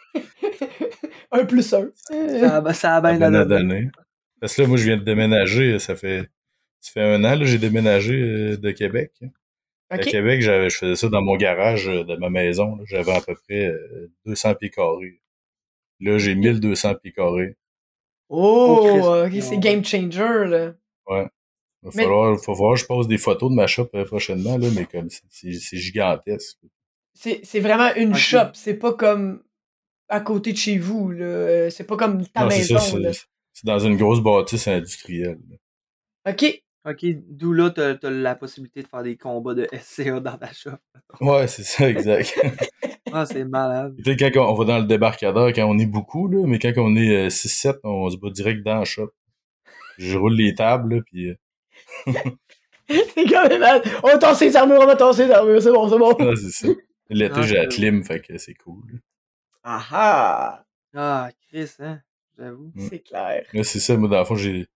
un plus un. Ça, a- ça a ça a bien bien à donné. donner. Parce que là, moi, je viens de déménager, ça fait ça fait un an, là, j'ai déménagé euh, de Québec. À OK. Québec, j'avais, je faisais ça dans mon garage euh, de ma maison, là. J'avais à peu près euh, deux cents pieds carrés. Là, j'ai OK. mille deux cents pieds carrés. Oh, Christ. Oh, OK, c'est game changer, là. Ouais. Il va Mais falloir, faut falloir que je pose des photos de ma shop euh, prochainement, là, mais comme c'est c'est- c'est gigantesque. c'est c'est vraiment une Ok. shop, c'est pas comme à côté de chez vous, là. euh, C'est pas comme ta Non, c'est ça, maison, c'est là. c'est dans une grosse bâtisse industrielle. Là. OK. Ok, d'où là, t'as, t'as la possibilité de faire des combats de S C A dans ta shop. Ouais, c'est ça, exact. Ah, c'est malade. Tu sais, quand on, on va dans le débarcadère, quand on est beaucoup, là, mais quand on est euh, six sept, on se bat direct dans la shop. Je roule les tables, là, puis... euh, C'est quand même mal. On va tasser les armures, on va tasser les armures, c'est bon, c'est bon. ah, c'est ça. L'été, Ah, j'ai la c'est- clim, fait que c'est cool. Là. Ah ah! Ah, Chris, hein, j'avoue. Mm. C'est clair. Là, c'est ça, moi, dans le fond, j'ai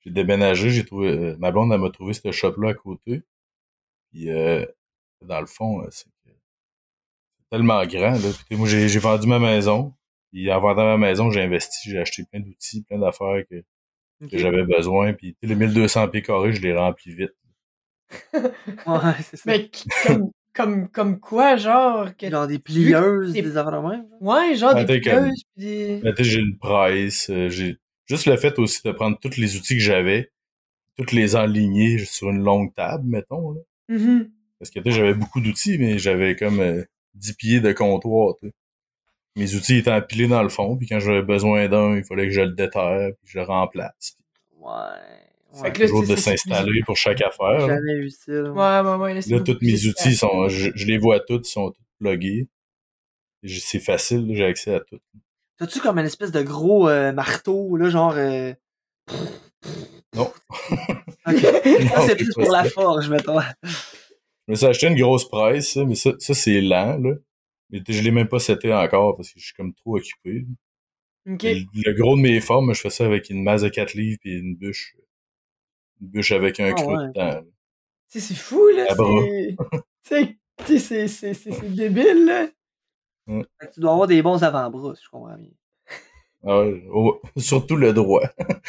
j'ai déménagé, j'ai trouvé, euh, ma blonde, elle m'a trouvé ce shop-là à côté. Puis, euh, dans le fond, c'est tellement grand, là. Puis, moi, j'ai, j'ai vendu ma maison. Puis, en vendant ma maison, j'ai investi, j'ai acheté plein d'outils, plein d'affaires que, Ok. que j'avais besoin. Puis, les mille deux cents pieds carrés, je les remplis vite. Ouais, c'est ça. Mais qui- comme, comme, comme quoi, genre. Que Genre des vu que plieuses, t'es- des affaires de même. genre. Ouais, genre Ouais, des t'es comme- plieuses. Pis des... Là, tu sais, j'ai une price, euh, j'ai juste le fait aussi de prendre tous les outils que j'avais, toutes les enligner sur une longue table, mettons, là. Mhm. Parce que, tu sais, j'avais beaucoup d'outils, mais j'avais comme euh, dix pieds de comptoir, tu sais. Mes outils étaient empilés dans le fond, puis quand j'avais besoin d'un, il fallait que je le déterre, puis je le remplace. Ouais. Fait Ouais. que là, Toujours c'est- de c'est- c'est plus- s'installer pour chaque J'ai affaire, là. jamais eu ça. là. Ouais, ouais, ouais. Là, c'est Là, beaucoup tous plus mes efficace. outils sont, je, je les vois tous, ils sont tous pluggés. J'ai- C'est facile, là, j'ai accès à tout. T'as-tu comme une espèce de gros euh, marteau, là, genre. Euh... Non. Ok. Non, Ça, c'est c'est plus pas pour la ça. forge, mettons. Je me suis acheté une grosse presse, ça, mais ça, ça c'est lent, là. Mais je l'ai même pas seté encore parce que je suis comme trop occupé. Ok. Le, le gros de mes formes, je fais ça avec une masse de quatre livres et une bûche. Une bûche avec un Ah creux ouais. dedans. Tu sais, c'est fou, là. À bras. C'est. Tu sais, tu sais, c'est- c'est c'est- c'est débile, là. Fait que tu dois avoir des bons avant-bras, si je comprends bien. Ah ouais, oh, surtout le droit.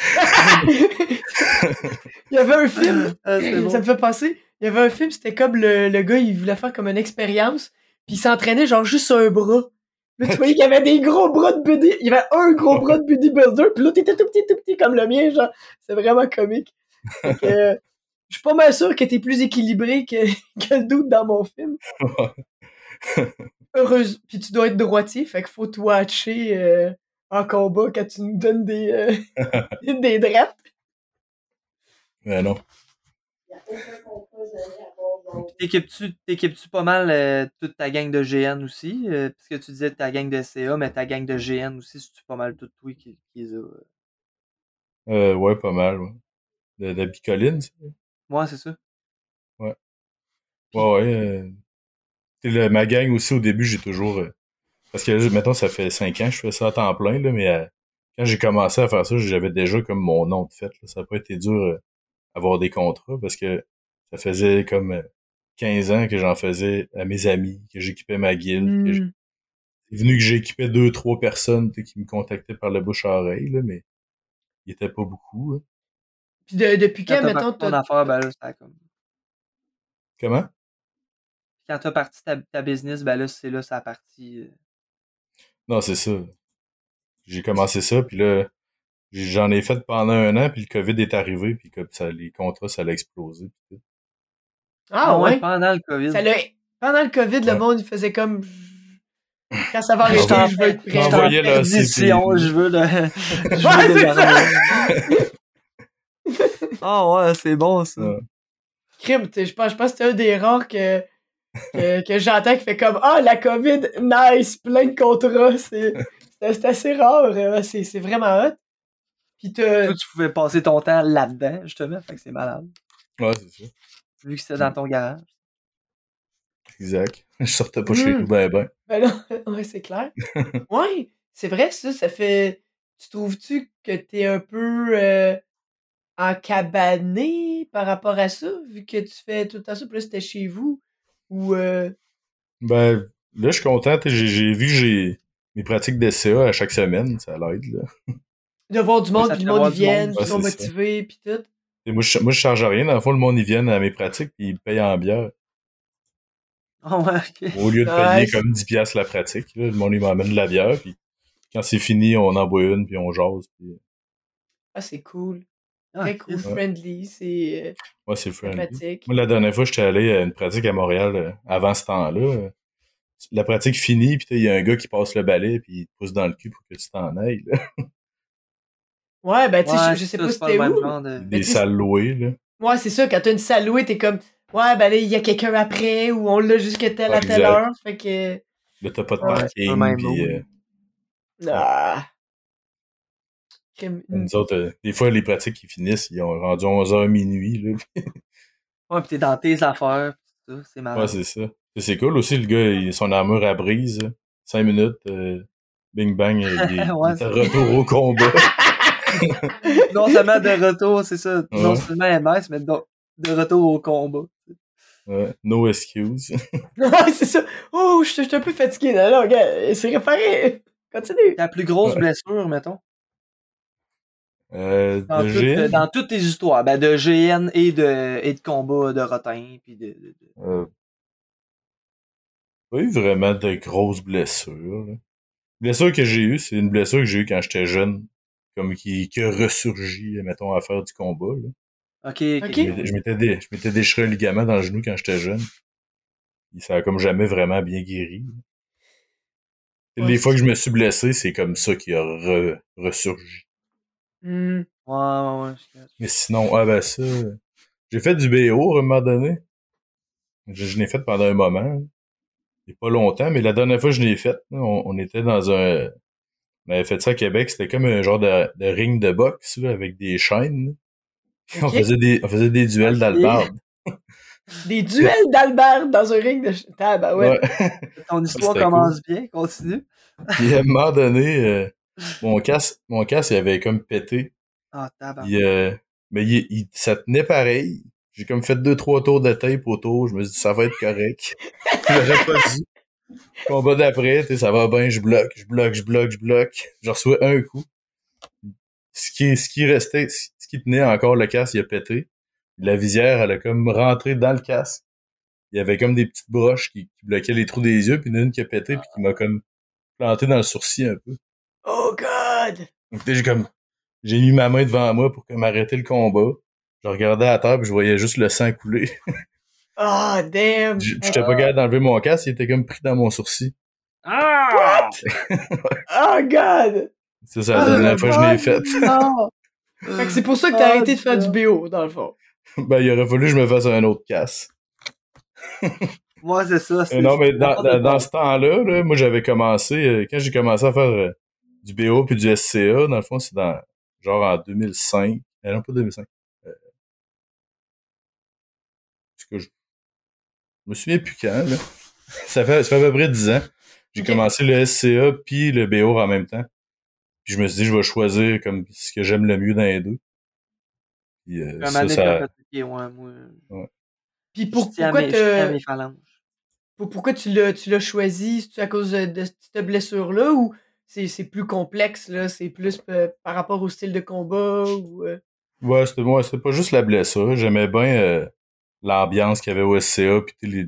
Il y avait un film, Ah, c'est bon. ça me fait penser, il y avait un film, c'était comme le, le gars, il voulait faire comme une expérience, puis il s'entraînait genre juste sur un bras. Là, tu voyais qu'il y avait des gros bras de body, il y avait un gros bras de bodybuilder, puis l'autre était tout petit, tout petit comme le mien, genre, c'est vraiment comique. Fait que, euh, je suis pas mal sûr que t'es plus équilibré que, que le dude dans mon film. Heureuse, puis tu dois être droitier, fait qu'il faut te watcher euh, en combat quand tu nous donnes des, euh, des drettes. Mais non. Puis t'équipes-tu, t'équipes-tu pas mal euh, toute ta gang de G N aussi? Euh, parce que tu disais ta gang de C A, mais ta gang de G N aussi, c'est-tu pas mal tout toi qui, qui les a? euh? Euh, ouais, pas mal, ouais. De, de bicoline, ça. Ouais, c'est ça. Ouais. Ouais, ouais. Euh, tu sais, le- ma gang aussi, au début, j'ai toujours... euh, parce que, mettons, ça fait cinq ans que je fais ça à temps plein, là, mais euh, quand j'ai commencé à faire ça, j'avais déjà comme mon nom de fait. Là. Ça n'a pas été dur euh, avoir des contrats parce que ça faisait comme euh, quinze ans que j'en faisais à mes amis, que j'équipais ma guilde. que j'ai- Hmm. C'est venu que j'équipais deux, trois personnes tu sais, qui me contactaient par le bouche à oreille, là, mais il était pas beaucoup. Là. Puis de- depuis Quand quand, t'as mettons, parti ton t'as... affaire, ben là, c'était comme. Comment? Quand t'as parti ta, ta business, ben là, c'est là, ça a parti. euh. Non, c'est ça. J'ai commencé ça, puis là, j'ai- j'en ai fait pendant un an, puis le COVID est arrivé, puis comme ça, les contrats, ça a explosé. puis tout. Ah ouais? Pendant le COVID. Ça l'a... Pendant le COVID, le Ouais. monde, il faisait comme... Quand ça va Je arrêter, t'en je veux être fais- prêt. je t'en Envoyez fais le édition, C P I. je veux le. je Ouais, veux c'est le Ah ouais, c'est bon ça. Ouais. Crime, tu sais, je pense, je pense que c'est un des rares que, que, que j'entends qui fait comme « Ah, la COVID, nice, plein de contrats. » C'est c'est- c'est assez rare, euh, c'est c'est vraiment hot. Puis t'as... Toi, tu pouvais passer ton temps là-dedans, justement, fait que c'est malade. Ouais, c'est ça. Vu que c'était dans ton garage. Exact. Je sortais pas chez Mm. nous, ben ben. Ben non, ouais, c'est clair. Ouais, c'est vrai, ça, ça fait... Tu trouves-tu que t'es un peu euh, encabané par rapport à ça, vu que tu fais tout le temps ça, puis là, c'était chez vous? Ou... euh, Ben, là, je suis content. tu sais, J'ai j'ai vu que j'ai mes pratiques de C A à chaque semaine. Ça l'aide, là. de voir du monde, ça puis te le fait monde voir ils du monde, viennent, ouais, ils sont c'est ça. motivés, puis tout. Et moi, je, moi, je charge rien. Dans le fond, le monde, ils viennent à mes pratiques, puis ils payent en bière. Ah ouais, ok. Au lieu de payer Nice. comme dix piastres la pratique, là, le monde, il m'emmène de la bière, puis quand c'est fini, on en boit une, puis on jase. Puis... Ah, c'est cool. Ah, Très cool, Chris. friendly, c'est euh, Ouais, c'est friendly. sympathique. Moi, la dernière fois, j'étais allé à une pratique à Montréal euh, avant ce temps-là. euh, La pratique finie, puis il y a un gars qui passe le balai, puis il te pousse dans le cul pour que tu t'en ailles. Là. Ouais, ben, tu sais, Ouais, je, je sais ça, pas c'est pas c'était le même où. genre de. Des tu sais, salles louées, là. Ouais, c'est ça, quand t'as une salle louée, t'es comme, ouais, ben là, il y a quelqu'un après, ou on l'a jusqu'à telle Ouais, à telle exact. heure, fait que... Là, t'as pas de Ouais, c'est pas le parking, même puis mot, euh, Ah. Crime. nous autres, euh, des fois, les pratiques qui finissent, ils ont rendu onze heures minuit, là. Ouais, pis t'es dans tes affaires, pis tout ça, c'est Ouais, malade. c'est ça. Et c'est cool aussi, le gars, il, son armure à brise, cinq minutes, euh, bing bang, il, il Ouais, est c'est- à retour au combat. Non seulement de retour, c'est ça. Ouais. Non seulement M S, mais de, de retour au combat. Ouais, no excuse. Ouais, c'est ça. Oh, je suis je suis un peu fatigué. Non, non, regarde, c'est réparé. Continue. Ta plus grosse Ouais. blessure, mettons. Euh, Dans, de tout- G N? dans toutes tes histoires. Ben, de G N et de, et de combat de rotin. Puis de, de, de- Euh, pas eu vraiment de grosses blessures. Là. La blessure que j'ai eue, c'est une blessure que j'ai eue quand j'étais jeune. Comme qui, qui a ressurgi, mettons, à faire du combat. Là. Ok, ok. Ok. Je m'étais- je m'étais dé- je m'étais déchiré un ligament dans le genou quand j'étais jeune. Et ça a comme jamais vraiment bien guéri. Ouais, Les c'est fois que ça. je me suis blessé, c'est comme ça qui a re- ressurgi. Hmm. Ouais, ouais, ouais. je catch. Mais sinon, ah ben ça... J'ai fait du B O à un moment donné. Je, je l'ai fait pendant un moment. Il n'y a pas longtemps, mais la dernière fois que je l'ai fait, là, on, on était dans un... On avait fait ça à Québec, c'était comme un genre de, de ring de boxe là, avec des chaînes. Là. On, Ok. faisait des, on faisait des duels Ok. d'albarde. Des duels d'Albert dans un ring de ch- tabarouette. Ouais. Ton histoire C'était commence bien, continue. Puis à un moment donné, euh, mon casque, mon casque, il avait comme pété. Ah, tabac. Puis, euh, mais il, il- ça tenait pareil. J'ai comme fait deux, trois tours de tape autour. Je me suis dit, ça va être correct. J'aurais pas dû. Combat d'après, tu sais, ça va bien, je bloque, je bloque, je bloque, je bloque. Je reçois un coup. Ce qui, ce qui restait, ce qui tenait encore le casque, il a pété. La visière, elle a comme rentré dans le casque. Il y avait comme des petites broches qui, qui bloquaient les trous des yeux, puis il y en a une qui a pété, puis qui m'a comme planté dans le sourcil un peu. Oh God! Donc là, j'ai comme, j'ai mis ma main devant moi pour comme arrêter le combat. Je regardais à terre, puis je voyais juste le sang couler. Ah, damn! J- J'étais pas capable d'enlever mon casque, il était comme pris dans mon sourcil. Ah! Oh God! Ça, c'est la dernière fois que je l'ai fait. Non! Fait que c'est pour ça que t'as arrêté de faire du B O, dans le fond. Ben, il aurait fallu que je me fasse un autre casque. Moi, c'est ça. Euh, C'est, non, mais c'est dans, n'importe dans, quoi. dans ce temps-là, là, moi, j'avais commencé, euh, quand j'ai commencé à faire euh, du B O puis du S C A, dans le fond, c'est dans, genre en deux mille cinq. Euh, non, pas deux mille cinq. Euh, parce que je, je me souviens plus quand, là. Ça fait, ça fait à peu près dix ans. J'ai Ok. commencé le S C A puis le B O en même temps. Puis je me suis dit, je vais choisir comme ce que j'aime le mieux dans les deux. Puis euh, Un ça, moment donné, ça... t'as fait, ok, ouais, moi. Ouais. Puis Je pour, tiens à pourquoi, mes, je tiens à te, mes phalanges. pour- pourquoi tu l'as tu l'as choisi? C'est-tu à cause de, de cette blessure-là ou c'est c'est plus complexe, là? C'est plus euh, par rapport au style de combat ou... euh, Ouais, c'était ouais, c'était pas juste la blessure. J'aimais bien euh, l'ambiance qu'il y avait au S C A puis les,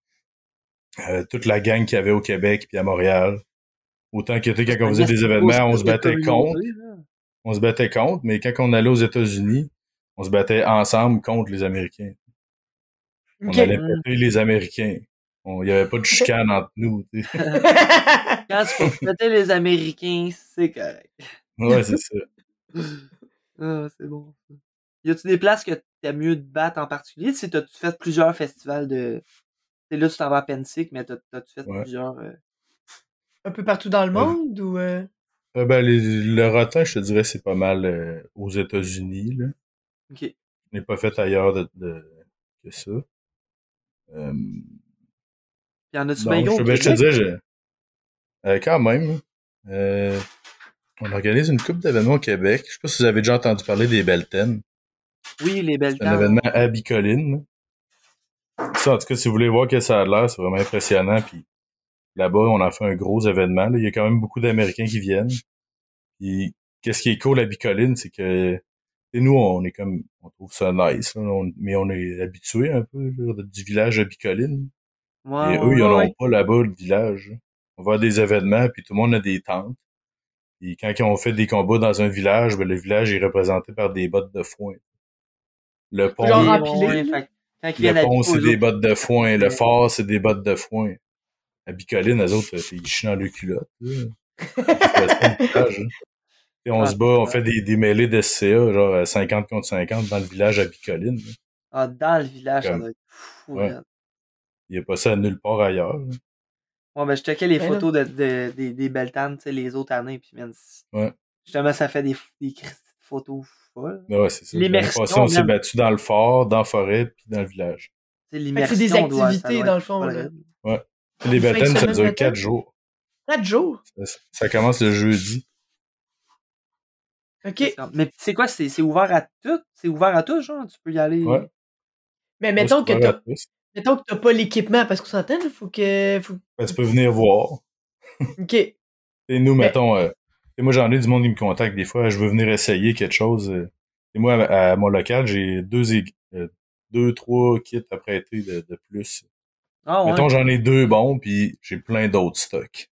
euh, toute la gang qu'il y avait au Québec puis à Montréal. Autant que tu sais, Ça, quand on c'est faisait un des gros événements, on se esprit de battait communauté, contre. là. On se battait contre, mais quand on allait aux États-Unis, on se battait ensemble contre les Américains. On Ok. allait Mm. péter les Américains. Il n'y avait pas de chicane entre nous. Tu sais. Quand c'est pour péter les Américains, c'est correct. Ouais, c'est ça. Ah, c'est bon. ça. Y a-tu des places que t'aimes mieux te battre en particulier? Tu sais, t'as-tu fait plusieurs festivals de. Tu sais, là, tu t'en vas à Pensick, mais t'as- t'as-tu fait Ouais. plusieurs. euh, Un peu partout dans le Euh, monde ou... euh, euh, ben, les- le rotin, je te dirais, c'est pas mal euh, aux États-Unis. Là. Ok. Je n'ai pas fait ailleurs de, de- que ça. Euh, Y en a-tu non, bien gros je, au ben, je te Québec? dirais, je- euh, quand même, euh, on organise une couple d'événements au Québec. Je sais pas si vous avez déjà entendu parler des Belten. Oui, les belles C'est un événement à Bicoline. Ça, en tout cas, si vous voulez voir que ça a l'air, c'est vraiment impressionnant. Puis là-bas, on a fait un gros événement. Là. Il y a quand même beaucoup d'Américains qui viennent. Puis qu'est-ce qui est cool à Bicoline, c'est que et nous, on est comme on trouve ça nice, là, on- mais on est habitué un peu là, du village de Bicoline. Ouais, Et ouais, eux, ils en ouais, ont ouais. pas là-bas, le village. On va à des événements, puis tout le monde a des tentes. Et quand on fait des combats dans un village, ben, le village est représenté par des bottes de foin. Le pont, Genre Ok, ouais, empilé, ouais. là. Fait que quand ils le viennent à pont, Bico, c'est eux des autres, bottes de foin. Le euh, fort, c'est des bottes de foin. À Bicoline, eux autres, ils chient dans le culotte. Là. C'est ça, le village, hein. Et on ah, se bat, on fait des, des mêlées de S C A, genre euh, cinquante contre cinquante dans le village à Bicoline. Là. ah, dans le village, ça Comme, doit être fou, ouais, raide. il n'y a pas ça nulle part ailleurs. Là. Ouais, ben, je checkais les Ben non. photos de, de, des, des belles tannes, tu sais, les autres années, puis man, c'est- Ouais. justement, ça fait des, des Christi de photos folles. Mais ouais, c'est ça. L'année passée, L'immersion, on s'est man. battu dans le fort, dans la forêt, puis dans le village. Tu sais, Fait que c'est des l'immersion doit, ça activités, doit dans être le fond, folle, là. raide. Ouais. Les Une fin de baptêmes, ça semaine, dure mettons? quatre jours. Quatre jours? Ça, ça commence le jeudi. OK. Comme... Mais c'est quoi? C'est, c'est ouvert à tout? C'est ouvert à tout, genre? Tu peux y aller... Ouais. Mais mettons ouais, que t'as... Mettons que t'as pas l'équipement, parce qu'on s'entend, il faut que... Faut... Ben, tu peux venir voir. OK. Et nous, Mais... mettons... Euh, et moi, j'en ai du monde qui me contacte des fois. Je veux venir essayer quelque chose. Euh, et moi, à, à mon local, j'ai deux, euh, deux, trois kits à prêter de, de plus. Ah ouais. Mettons, j'en ai deux bons, puis j'ai plein d'autres stocks.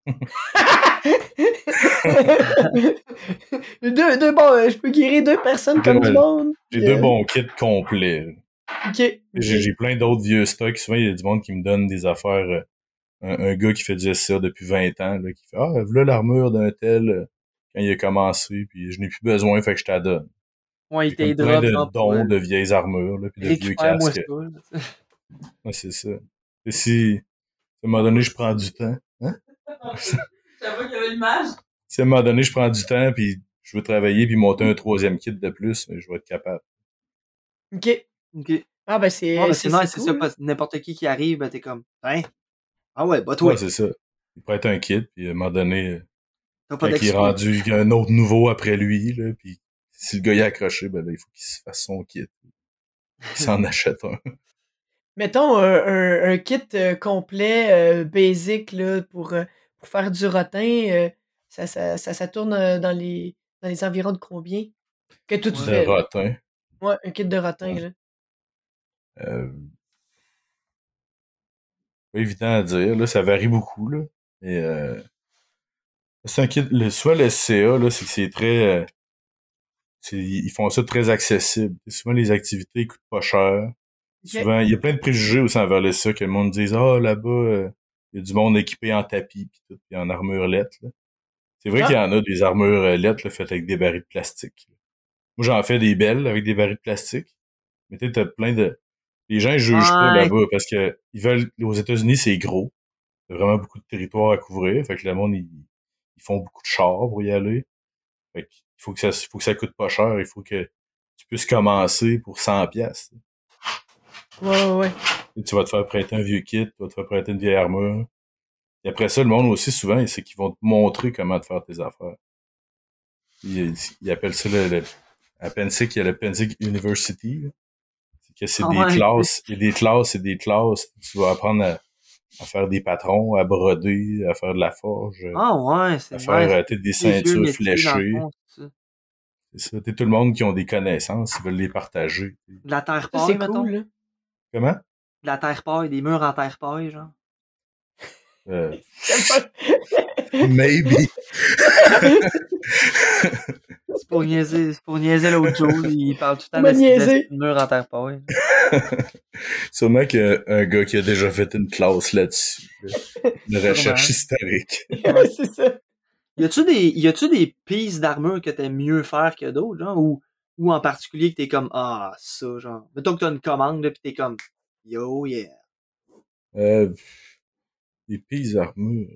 deux, deux bons, euh, je peux guérir deux personnes comme du monde. J'ai euh... deux bons kits complets. OK. okay. J'ai, j'ai plein d'autres vieux stocks. Souvent, il y a du monde qui me donne des affaires. Euh, un, un gars qui fait du S A depuis vingt ans, là, qui fait « Ah, voilà l'armure d'un tel euh, quand il a commencé, puis je n'ai plus besoin, fait que je t'adonne. » Ouais, il t'aidera. Plein de genre, dons ouais. de vieilles armures, là, puis de vieux casques. Ça. Ouais, c'est ça. Et si, à un moment donné, je prends du temps, hein? J'avoue qu'il y avait l'image. Si à un moment donné, je prends du temps, puis je veux travailler, puis monter un troisième kit de plus, je vais être capable. OK. OK. Ah, ben c'est... Ah, ben c'est, c'est nice, c'est, c'est cool. ça, parce que n'importe qui qui arrive, ben t'es comme « Hein? Ah ouais, bah toi! » Ouais, c'est ça. Il prête un kit, puis à un moment donné, T'as quand il est rendu, il y a un autre nouveau après lui, là, puis si le gars y a accroché, ben là, il faut qu'il se fasse son kit. Il s'en achète un. Mettons un, un, un kit euh, complet, euh, basic, là, pour, euh, pour faire du rotin, euh, ça, ça, ça, ça tourne euh, dans, les, dans les environs de combien? Que tout de tu fais. rotin. Ouais, un kit de rotin, ouais. là. Euh... Pas évident à dire, là, ça varie beaucoup, là. Et euh... c'est un kit, le, soit le S C A, là, c'est que c'est très... Euh... C'est, ils font ça très accessible. Et souvent, les activités coûtent pas cher. Okay. Souvent, il y a plein de préjugés aussi envers le ça, que le monde dise « Ah, là-bas, euh, il y a du monde équipé en tapis, pis tout, pis en armure lettre. » C'est vrai ah. qu'il y en a des armures lettres là, faites avec des barils de plastique. Moi, j'en fais des belles avec des barils de plastique. Mais tu sais, t'as plein de... Les gens, ils jugent ouais. pas là-bas parce que ils veulent... Aux États-Unis, c'est gros. Il y a vraiment beaucoup de territoire à couvrir. Fait que le monde, ils, ils font beaucoup de chars pour y aller. Fait qu'il faut que ça, faut que ça coûte pas cher. Il faut que tu puisses commencer pour cent piastres. Ouais, ouais, ouais. Et tu vas te faire prêter un vieux kit, tu vas te faire prêter une vieille armure. Et après ça, le monde aussi, souvent, c'est qu'ils vont te montrer comment te faire tes affaires. Ils, ils appellent ça le, le à Pensick, il y a le Pensick University. Là. C'est que c'est oh, des ouais, classes, il y a des classes et des classes. Tu vas apprendre à, à faire des patrons, à broder, à faire de la forge. Ah oh, ouais, c'est à faire ouais, des ceintures fléchées. Fond, c'est ça. C'est ça. T'es tout le monde qui ont des connaissances, ils veulent les partager. De la terre paille, c'est mettons. Cool, là. Comment? De la terre paille, des murs en terre paille, genre. Euh... Maybe. C'est pour niaiser, c'est pour niaiser l'autre jour. Il parle tout le temps de de mur en terre paille. Sûrement qu'il y a un gars qui a déjà fait une classe là-dessus. Là. Une recherche historique. Ouais, c'est ça. Y a-tu des, y a-tu des pistes d'armure que t'aimes mieux faire que d'autres, genre, ou, ou en particulier que t'es comme, ah, ça, genre. Mettons que t'as une commande, là, pis t'es comme, yo, yeah. Euh, des pistes d'armure.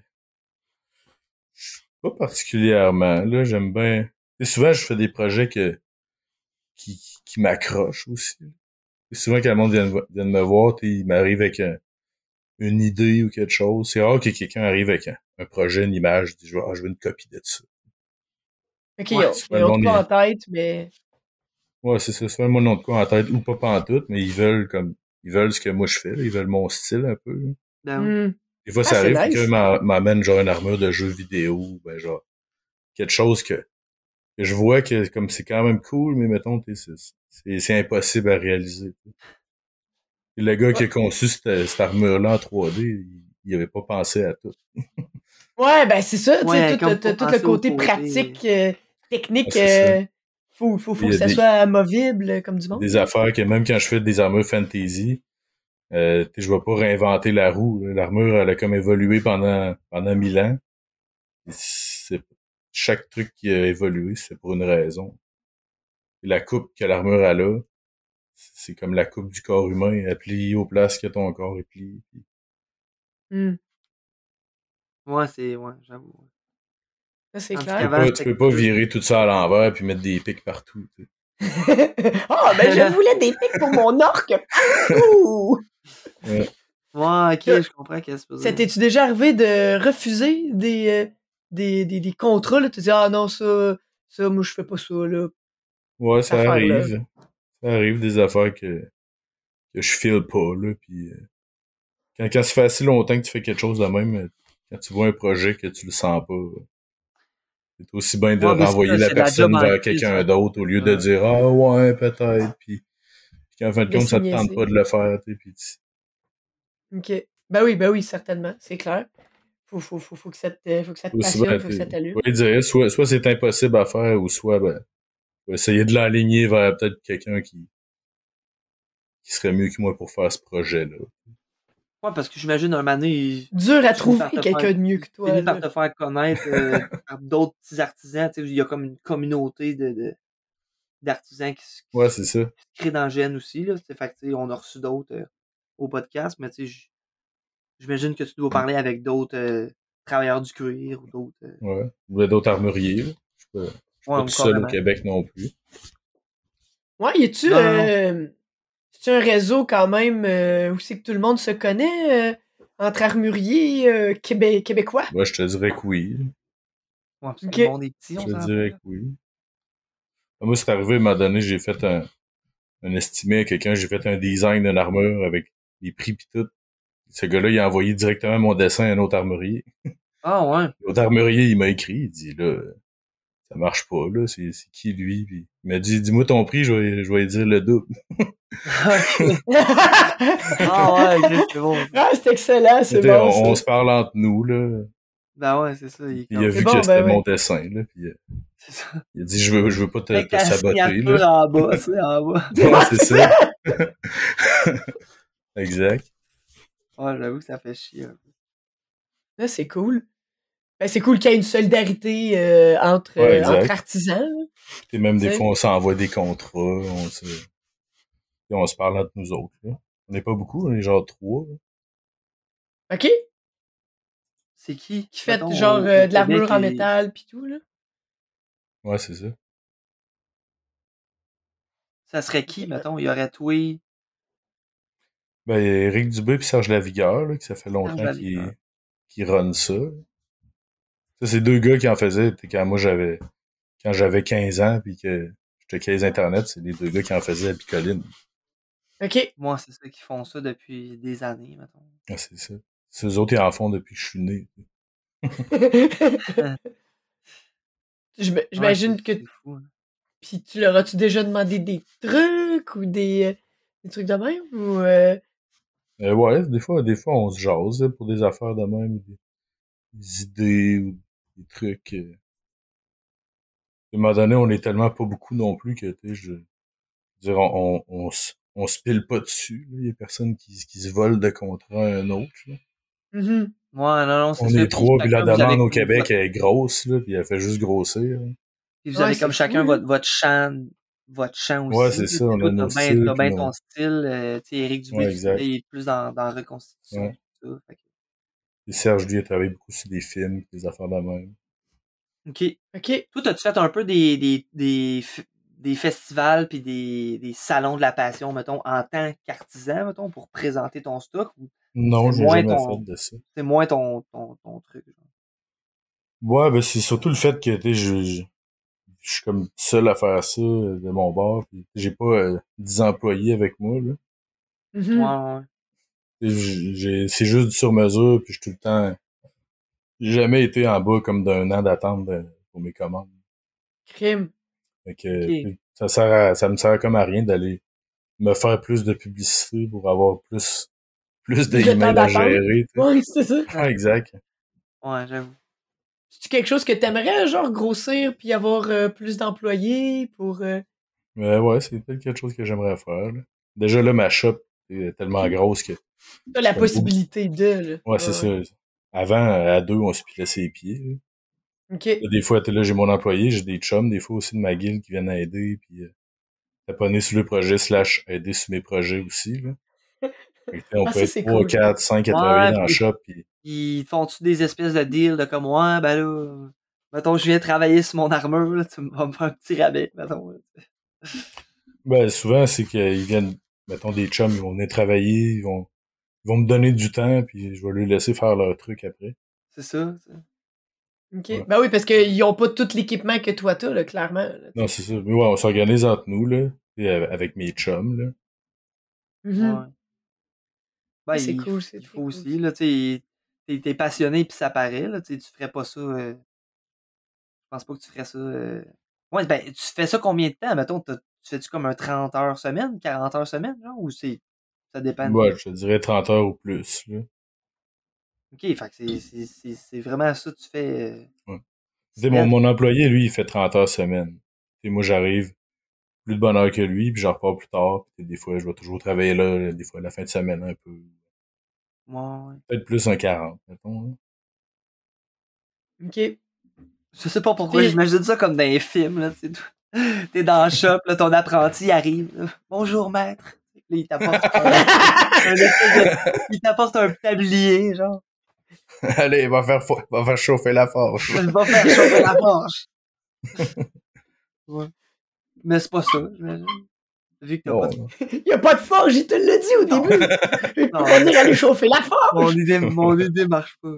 Pas particulièrement. Là, j'aime bien. Et souvent, je fais des projets que, qui, qui m'accrochent aussi. Et souvent, quand le monde vient, vient de me voir, il m'arrive avec un, une idée ou quelque chose. C'est rare que quelqu'un arrive avec un, un projet, une image, je dis, je veux, ah, je veux une copie de ça. Ok, ouais, ils ont de quoi en tête, mais... Ouais, c'est ça. Soit le monde a de quoi en tête ou pas pantoute, mais ils veulent comme ils veulent ce que moi je fais. Là. Ils veulent mon style un peu. Mm. Des fois, ah, ça arrive nice. Que quelqu'un m'amène genre une armure de jeu vidéo, ben genre quelque chose que, que je vois que comme c'est quand même cool, mais mettons, c'est, c'est, c'est impossible à réaliser. Et le gars ouais. qui a conçu cette, cette armure-là en trois D, il, il avait pas pensé à tout. Ouais, ben c'est ça, ouais, tu sais, tout, tout le côté pratique, euh, technique, euh, faut, faut, faut que ça des, soit amovible comme du monde. Des affaires que même quand je fais des armures fantasy, euh, je vais pas réinventer la roue. L'armure, elle a comme évolué pendant pendant mille ans. C'est, chaque truc qui a évolué, c'est pour une raison. Et la coupe que l'armure a là, c'est comme la coupe du corps humain, elle plie aux places que ton corps est plié. Puis... Mm. Ouais, c'est... Ouais, j'avoue. Ça, c'est tu clair. Peux pas, tu peux pas virer tout ça à l'envers puis mettre des pics partout. Tu sais. Oh, ben je voulais des pics pour mon orque partout! Ouais. Ouais, ok, je comprends qu'est-ce que c'est. Ça t'es-tu déjà arrivé de refuser des, euh, des, des, des contrats, là? Tu dis, ah non, ça, Ça, moi, je fais pas ça, là. Ouais, Cette ça affaire-là. arrive. Ça arrive des affaires que, que je file pas, là. Puis euh, quand, quand ça fait assez longtemps que tu fais quelque chose de même, euh, quand tu vois un projet que tu le sens pas, euh, c'est aussi bien de Ouais, mais c'est renvoyer ça, la c'est de la job personne en vers crise, quelqu'un fait. d'autre au lieu de Ouais. dire ah ouais, peut-être. Puis, puis qu'en fin de Mais compte, c'est ça te tente niaiser. pas de le faire. Tu sais, puis tu- OK. Ben oui, ben oui, certainement. C'est clair. Faut, faut, faut, faut que ça te, faut que ça te aussi bien, passionne, faut que tu ça t'allume. ouais, il dirait, soit, soit c'est impossible à faire, ou soit ben, faut essayer de l'aligner vers peut-être quelqu'un qui, qui serait mieux que moi pour faire ce projet-là. Ouais, parce que j'imagine un moment donné, il- Dur à tu finis par trouver te faire, quelqu'un de mieux tu que toi, finis par là. te faire connaître euh, par d'autres petits artisans. Tu sais, il y a comme une communauté de, de- d'artisans qui, se- qui Ouais, se c'est ça. qui se créent dans le gène aussi. Là. Fait que, tu sais, on a reçu d'autres euh, au podcast, mais tu sais, j- j'imagine que tu dois parler avec d'autres euh, travailleurs du cuir ou d'autres. euh, Ouais. Ou bien d'autres armuriers, là. Je suis pas, je suis Ouais, pas ou tout seul au carrément. Québec non plus. Ouais, y a-tu Non, non, non. euh, y a un réseau quand même euh, où c'est que tout le monde se connaît euh, entre armuriers euh, québé- québécois? Ouais, je te dirais que oui. Ouais, parce que le OK. monde est petit, Je on te s'entend. dirais Là. que oui. Moi, c'est arrivé, à un moment donné, j'ai fait un, un estimé à quelqu'un, j'ai fait un design d'une armure avec les prix pis tout. Ce gars-là, il a envoyé directement mon dessin à un autre armurier. Ah ouais. L'autre armurier, il m'a écrit, il dit, là, ça marche pas, là, c'est, c'est qui lui? Puis il m'a dit, dis-moi ton prix, je vais, je vais lui dire le double. Ok. Ah ouais, ok, c'est bon. Ça. Ah, c'est excellent, c'est Tu sais, bon, on, on ça. se parle entre nous, là. Ben ouais, c'est ça. Il est Puis il a comme. C'est vu que bon, c'était ben mon ouais. dessin, là. Puis euh, C'est ça. il a dit, je veux, je veux pas te, Avec te ta saboter, là. signature en bas, tu sais, en bas. Ouais, Ouais, c'est c'est ça. ça! Exact. Ouais, j'avoue que ça fait chier. un peu. Là, c'est cool. Ben, c'est cool qu'il y ait une solidarité euh, entre, Ouais, euh, entre exact. artisans, là, Et même tu des sais. fois, on s'envoie des contrats, on se, puis on se parle entre nous autres, là. On n'est pas beaucoup, on est genre trois, là. OK? C'est qui, Qui fait mettons, genre au, au euh, de Québec l'armure en et. métal pis tout, là. Ouais, c'est ça. Ça serait qui, OK. mettons? Il y aurait toi, Ben, il y a Éric Dubé puis Serge Lavigueur, là, que ça fait Serge longtemps Lavigueur. qu'ils qu'ils runnent ça. Ça, c'est deux gars qui en faisaient, puis quand moi j'avais, quand j'avais quinze ans, puis que j'étais quinze Internet, c'est les deux gars qui en faisaient à Picoline. OK. Moi, c'est ceux qui font ça depuis des années, mettons. Ah, c'est ça. C'est eux autres, ils en font depuis que je suis né. J'im- Ouais, c'est J'imagine que... c'est fou. Hein. Pis tu leur as-tu déjà demandé des trucs ou des, euh, des trucs de même? Ou... Euh... Euh, ouais, des fois, des fois, on se jase, là, pour des affaires de même, des, des idées, ou des trucs. euh. À un moment donné, on est tellement pas beaucoup non plus que, tu sais, je veux dire, on, on, on, se- on se pile pas dessus, là. Il y a personne qui, qui se vole de contrat à un autre, là. mhm. Ouais, non, non, c'est On ça. est Puis trois, puis la chacun, vous demande avez au comme Québec votre, elle est grosse, là, puis elle fait juste grossir, là. puis vous Ouais, avez c'est comme fou, chacun là. votre, votre champ, votre champ Ouais, aussi. c'est Tu sais, ça, on a toi, t'as nos bien, styles, t'as puis bien nos... ton style. Euh, tu sais, Éric Dubé, Ouais, tu disais, exact. il est plus dans, dans la reconstitution, Ouais. tout ça. Fait que- Et Serge, lui, a travaillé beaucoup sur des films, des affaires de même. OK. OK. Toi, t'as-tu fait un peu des, des, des, f- des festivals puis des, des salons de la passion, mettons, en tant qu'artisan, mettons, pour présenter ton stock ou Non, c'est je n'ai moins jamais fait ton, de ça. c'est moins ton, ton, ton truc, genre? Ouais, ben c'est surtout le fait que, tu sais, je, je, je suis comme seul à faire ça euh, de mon bord, puis j'ai pas euh, dix employés avec moi, là. Ouais, Mhm. ouais. Tu sais, j'ai, j'ai- c'est juste du sur-mesure, puis je suis tout le temps... J'ai jamais été en bas comme d'un an d'attente de- pour mes commandes. Crime. Fait que, tu OK. sais, ça sert à, ça me sert comme à rien d'aller me faire plus de publicité pour avoir plus, plus Plus de temps d'emails à d'attente. gérer, tu sais. Ouais, c'est ça. Ouais, exact. Ouais, j'avoue. C'est quelque chose que t'aimerais, genre, grossir puis avoir euh, plus d'employés pour... euh, Mais ouais, c'est peut-être quelque chose que j'aimerais faire, là. Déjà, là, ma shop est tellement grosse que T'as je suis la comme obligé. possibilité de, là. Ouais, c'est Ouais, ouais. ça. Avant, à deux, on se pilait ses pieds, là. OK. Là, des fois, t'es là, j'ai mon employé, j'ai des chums, des fois aussi de ma guilde qui viennent aider, puis euh, taponner sur le projet, slash aider sur mes projets aussi, là. Fait que, tu sais, on Ah, peut ça, être c'est trois, cool. quatre, cinq à travailler Ouais, dans le puis shop, puis ils font-tu des espèces de deals de comme, ouais, ben là, mettons, je viens travailler sur mon armure, là, tu vas me faire un petit rabais, mettons. Là. ben, souvent, c'est qu'ils viennent, mettons, des chums, ils vont venir travailler, ils vont, ils vont me donner du temps, puis je vais leur laisser faire leur truc après. C'est ça, ça. OK. Ouais. Ben oui, parce qu'ils ont pas tout l'équipement que toi t'as, là, clairement. Là, tu Non, sais. c'est ça. Mais ouais, on s'organise entre nous, là, et av- avec mes chums, là. Mhm. Ouais. Ben, Ah, c'est il, cool, f- c'est il très faut cool. aussi, là, tu sais, t'es, t'es passionné puis ça paraît, là, tu sais, tu ferais pas ça, euh, je pense pas que tu ferais ça, euh... Ouais, ben, tu fais ça combien de temps, mettons, t'as- tu fais-tu comme un trente heures semaine, quarante heures semaine, genre, ou c'est, ça dépend de... Ouais, je te dirais trente heures ou plus, là. Ok, fait que c'est, c'est, c'est, c'est vraiment ça que tu fais, euh, Ouais. Tu sais, mon, semaine. mon employé, lui, il fait trente heures semaine. Et moi, j'arrive plus de bonne heure que lui, puis je repars plus tard. Puis des fois, je vais toujours travailler là, des fois, la fin de semaine, un peu. Ouais, ouais. Peut-être plus un quarante, mettons, là. OK. Je sais pas pourquoi, Puis, j'imagine ça comme dans les films, là, tu sais, tout- t'es dans le shop, là, ton apprenti arrive, là, bonjour maître. Là, il t'apporte un, un espèce de, il t'apporte un tablier, genre, Allez, va faire, fo- va faire chauffer la forge. je vais faire chauffer la forge. Ouais. Mais c'est pas ça, j'imagine. Vu que t'as pas Non, de... non. il y a pas de forge, il te l'a dit au Non, début. Il peut non, pas venir aller chauffer la mon forge. idée, mon idée marche pas.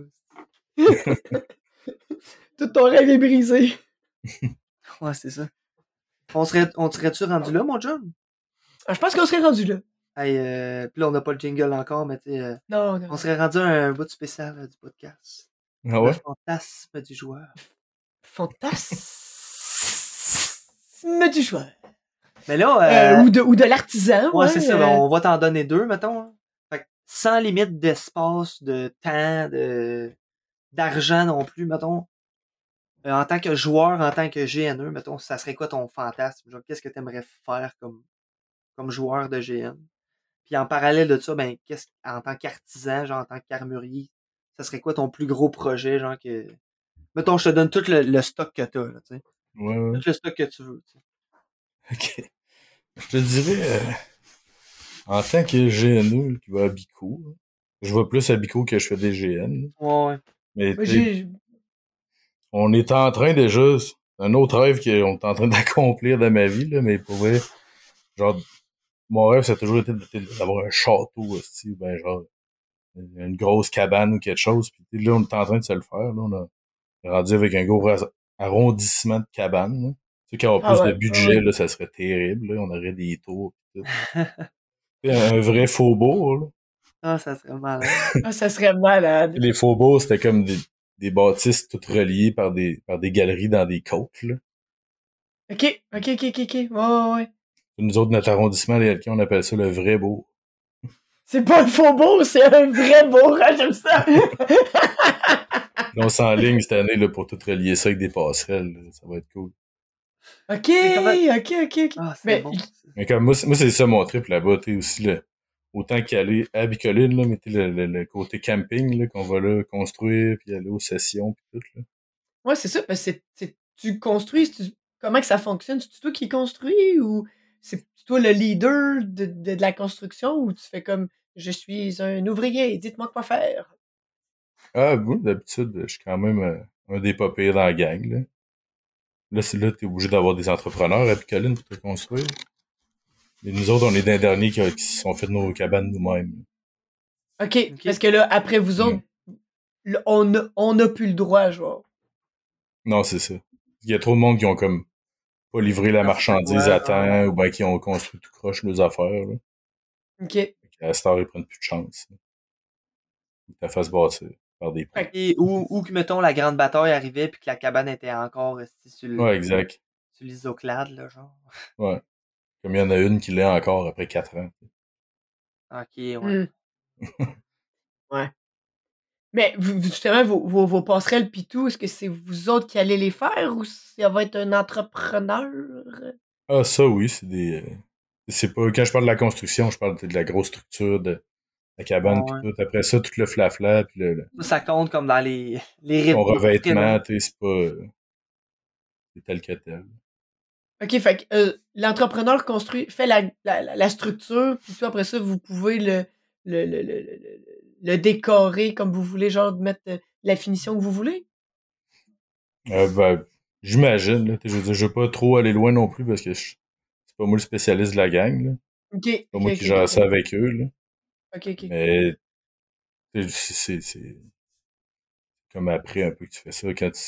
Tout ton rêve est brisé. Ouais, c'est ça. On serait, on serait-tu rendu là, mon John? Ah, je pense qu'on serait rendu là. Hey, euh, puis là, on n'a pas le jingle encore, mais tu sais, euh, Non, non. on serait rendu à un bout spécial euh, du podcast. Ah Le ouais? fantasme du joueur. Fantasme du joueur. Mais là, Euh, euh, ou de, ou de l'artisan, ouais, ouais. c'est ça, euh, ben, on va t'en donner deux, mettons. Hein. Fait que sans limite d'espace, de temps, de d'argent non plus, mettons. Euh, en tant que joueur, en tant que G N E, mettons, ça serait quoi ton fantasme? Genre, qu'est-ce que tu aimerais faire comme, comme joueur de G N? Puis en parallèle de ça, ben, qu'est-ce en tant qu'artisan, genre en tant qu'armurier, ça serait quoi ton plus gros projet, genre que. Mettons, je te donne tout le, le stock que t'as, là, tu sais. Ouais, ouais. Tout le stock que tu veux, tu sais. Ok. Je te dirais, euh, en tant que G N E qui va à Bico, là, je vais plus à Bico que je fais des G N. Ouais, ouais. Mais moi, tu sais, j'ai. on est en train déjà, c'est un autre rêve qu'on est en train d'accomplir dans ma vie, là, mais pour vrai, genre, mon rêve, ça a toujours été de- d'avoir un château, aussi, ou ben genre, une grosse cabane ou quelque chose. Puis là, on est en train de se le faire. Là, on a rendu avec un gros ras- arrondissement de cabane. Là. Tu sais, qui avoir Ah plus de ouais, ah budget, ouais. là, ça serait terrible. Là. On aurait des tours. Pis tout. Tu sais, un vrai faubourg. Là. Ah, ça serait malade. Ah, ça serait malade. Les faubourgs, c'était comme des, des bâtisses toutes reliées par des, par des galeries dans des côtes. Là. Ok, ok, ok, ok, ok. Ouais, ouais, ouais. Nous autres, notre arrondissement, les Halkions, on appelle ça le vrai bourg. C'est pas un faux beau, c'est un vrai beau. Ah, j'aime ça. Là, on s'enligne cette année là, pour tout relier ça avec des passerelles. Là. Ça va être cool. Ok, C'est comment- ok, ok, ok. Ah, c'est Mais bon. Mais comme moi, c'est- moi c'est ça mon trip là-bas, tu sais, aussi le, autant qu'aller à Bicoline, là, mais tu sais, le, le, le côté camping, là, qu'on va là construire, puis aller aux sessions, puis tout, là. ouais, c'est ça, parce que c'est, c'est- tu construis, c'est- comment que ça fonctionne? C'est toi qui construis ou c'est toi le leader de, de, de la construction ou tu fais comme je suis un ouvrier, dites-moi quoi faire? Ah, moi, d'habitude, je suis quand même euh, un des pas pires dans la gang, là. Là, c'est là, t'es obligé d'avoir des entrepreneurs à Bicoline pour te construire. Et nous autres, on est des derniers qui, qui se sont fait nos cabanes nous-mêmes. Ok, Ok. parce que là, après vous autres, Mm. le- on a, on a plus le droit, genre. Non, c'est ça. Il y a trop de monde qui ont comme pas livré la N'importe marchandise quoi, à genre. temps, ou bien qui ont construit tout croche leurs affaires, là. Ok. À cette heure, ils prennent plus de chance. Ils te fassent bâtir par des pros. Fait que- Et ou, ou que, mettons, la grande bataille arrivait puis que la cabane était encore restée sur le- Ouais, exact. sur l'isoclade, là, genre. Ouais. Comme il y en a une qui l'est encore après quatre ans. Ok, ouais. Hmm. Ouais. Mais vous- vous- justement, vos, vos, vos passerelles pis tout, est-ce que c'est vous autres qui allez les faire ou ça va être un entrepreneur? Ah, ça, oui, c'est des... euh, c'est pas... Quand je parle de la construction, je parle de la grosse structure de la cabane Ouais, puis ouais. tout. Après ça, tout le flafla puis le, le- Ça, ça compte comme dans les, les ré- ton les revêtement, prénoms. tu sais, c'est pas... euh, c'est tel que tel. Ok, fait que euh, l'entrepreneur construit, fait la, la, la- la structure, puis tout après ça, vous pouvez le, le, le, le, le, le- le décorer comme vous voulez, genre de mettre euh, la finition que vous voulez. Euh, ben, j'imagine, là. Tu sais, je veux dire, je veux pas trop aller loin non plus parce que je- c'est pas moi le spécialiste de la gang, là. Ok, C'est pas ok, moi ok, qui ok, gère ça ok, avec eux, là. ok, ok. Mais tu sais, c'est c'est- c'est comme après un peu que tu fais ça. Quand tu,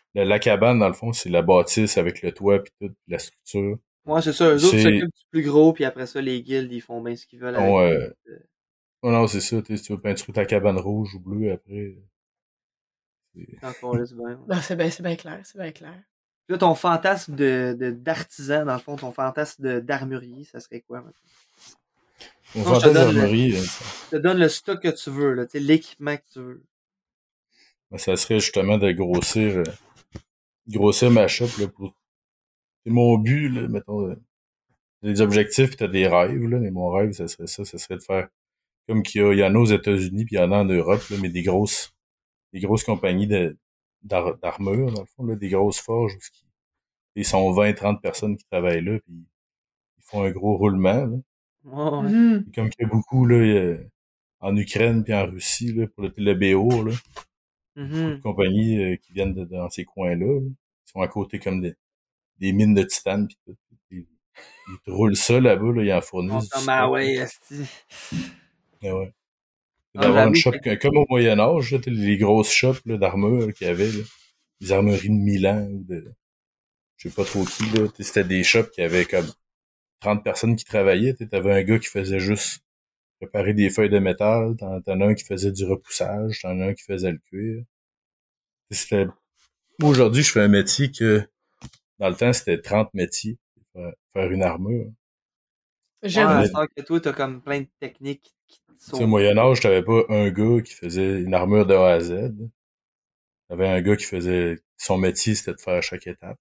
la, la cabane, dans le fond, c'est la bâtisse avec le toit puis toute la structure. Ouais, c'est ça. Eux autres C'est- s'occupent du plus gros, puis après ça, les guildes, ils font bien ce qu'ils veulent avec. On, euh, oh non, c'est ça. t'sais, Si tu veux peinturer ta cabane rouge ou bleue après. c'est- Encore là, c'est bien. ouais. Non, c'est bien, c'est bien clair, c'est bien clair. Puis là, ton fantasme de, de, d'artisan, dans le fond, ton fantasme de, d'armurier, ça serait quoi, maintenant? Mon Non, je te fantasme donne le- d'armerie, euh, Je te donne le stock que tu veux, là, tu sais, l'équipement que tu veux. ben, ça serait justement de grossir, euh, grossir ma shop là, pour. C'est mon but, là, mettons. euh, des objectifs pis t'as des rêves, là, mais mon rêve, ça serait ça, ça serait de faire comme qu'il y, a, il y en a aux États-Unis puis il y en a en Europe, là, mais des grosses des grosses compagnies de, d'ar- d'armure, dans le fond, là, des grosses forges où qui- ils sont vingt trente personnes qui travaillent là, puis ils font un gros roulement. Là. Ouais, ouais. Mhm. Et comme qu'il y a beaucoup là, euh, en Ukraine puis en Russie, là, pour le, le B O, là, beaucoup de Mhm. compagnies euh, qui viennent de, dans ces coins-là, là, qui sont à côté comme des, des mines de titane puis tout. Ils, ils te roulent ça là-bas, là, ils en On fournissent du comme, ah stock. ouais, esti. Ah ouais. Ah, D'avoir j'avoue une shop que- que- comme au Moyen-Âge, là, t'sais, les grosses shops là, d'armure là, qu'il y avait, là, les armeries de Milan ou de je sais pas trop qui, là. T'sais, c'était des shops qui avaient comme trente personnes qui travaillaient. Tu avais un gars qui faisait juste préparer des feuilles de métal, t'en, t'en as un qui faisait du repoussage, t'en as un qui faisait le cuir. T'sais, C'était... Moi, aujourd'hui, je fais un métier que, dans le temps, c'était trente métiers. Faire, faire une armure. Ouais, J'avoue. à Mais- ce temps que toi, t'as comme plein de techniques qui te Tu sais, au sauvent. Moyen-Âge, t'avais pas un gars qui faisait une armure de A à Z. T'avais un gars qui faisait... Son métier, c'était de faire chaque étape.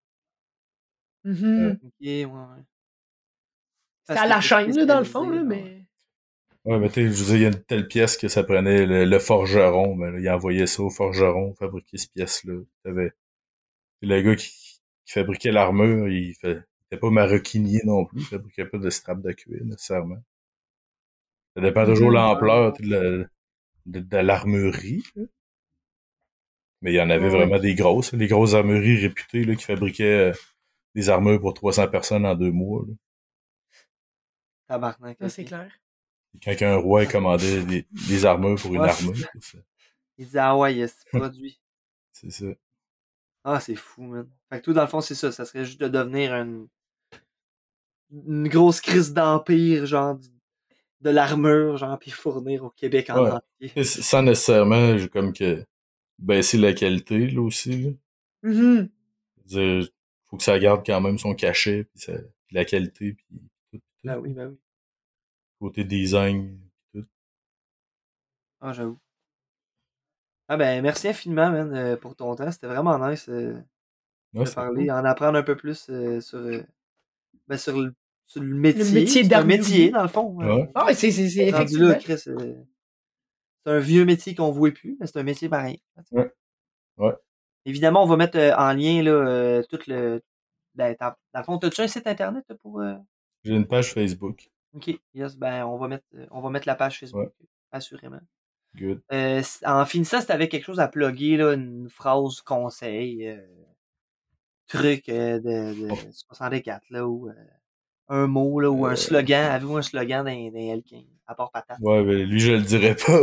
Mhm. Ok, ouais, ouais. C'était Parce à que la t'es chaîne, là, dans le fond, spécialisé, là, genre. mais. Ouais, mais tu sais, je veux dire, il y a une telle pièce que ça prenait le, le forgeron. Ben, là, il envoyait ça au forgeron, fabriquer cette pièce-là. T'avais le gars qui, qui fabriquait l'armure, il fait, il était pas maroquinier non plus, il fabriquait pas de strap de cuir, nécessairement. Ça dépend toujours de Mhm. l'ampleur tu sais, de, la- de, de l'armurerie, là. Mais il y en avait Ouais, vraiment ouais. des grosses, des grosses armureries réputées, là, qui fabriquaient euh, des armures pour trois cents personnes en deux mois, là. Tabarnak, Ça, c'est ok. clair. Quand un roi commandait des, des armures pour une Ouais, armure, c'est ça. c'est ça. Il dit, ah ouais, il y a ce produit. C'est ça. Ah, c'est fou, man. Fait que tout, dans le fond, c'est ça. Ça serait juste de devenir une, une grosse crise d'empire, genre, du- de l'armure, genre, puis fournir au Québec en Ouais. entier. Et c- sans nécessairement, j'ai comme que baisser la qualité, là, aussi, là. Mhm. Je veux dire, faut que ça garde quand même son cachet, puis, ça, puis la qualité, puis tout, puis tout. Ben oui, ben oui. Côté design, puis tout. Ah, j'avoue. Ah ben, merci infiniment, man, euh, pour ton temps. C'était vraiment nice euh, Ouais, de c'est parler, cool. en apprendre un peu plus euh, sur, euh, ben, sur, le, sur le Le métier. métier C'est un métier, d'armurier. dans le fond. euh. Ouais. Ah, ouais, c'est, c'est, c'est Rendu là, effectivement. Chris, euh, c'est un vieux métier qu'on voit plus, mais c'est un métier pareil. Ouais. Ouais. Évidemment, on va mettre euh, en lien là, euh, tout le. Ben, t'as- dans le fond, as-tu un site internet là, pour. euh, J'ai une page Facebook. Ok, yes, ben on va mettre euh, on va mettre la page Facebook, Ouais. assurément. Good. Euh, c- en finissant, si t'avais quelque chose à plugger, là, une phrase, conseil, euh, truc euh, de, Bon. de soixante-quatre, là, ou euh, un mot, là, ou un Euh, slogan. Avez-vous un slogan d'un d'un Elkin, à part patate? ouais, ben lui, je le dirais pas.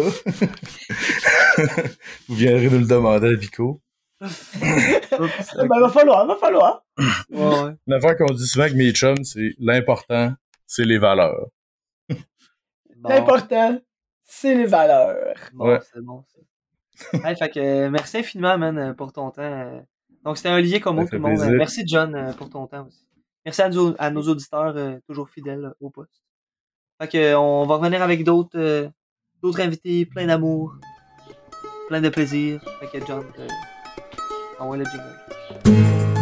Vous viendrez nous le demander à Vico. Oups, Ben, va falloir, va falloir. ouais, ouais. Une affaire qu'on dit souvent avec mes chums, c'est l'important, c'est les valeurs. Bon, L'important, c'est les valeurs. bon, Ouais. c'est bon, ça. Hey, fait que, euh, merci infiniment, man, euh, pour ton temps. euh. Donc, c'était un lié comme Ça tout fait le monde. Euh, plaisir. Merci, John, euh, pour ton temps aussi. Merci à nos, à nos auditeurs, euh, toujours fidèles euh, au poste. Fait que, euh, on va revenir avec d'autres euh, d'autres invités, plein d'amour, plein de plaisir. Fait que, John, euh, envoie le jingle.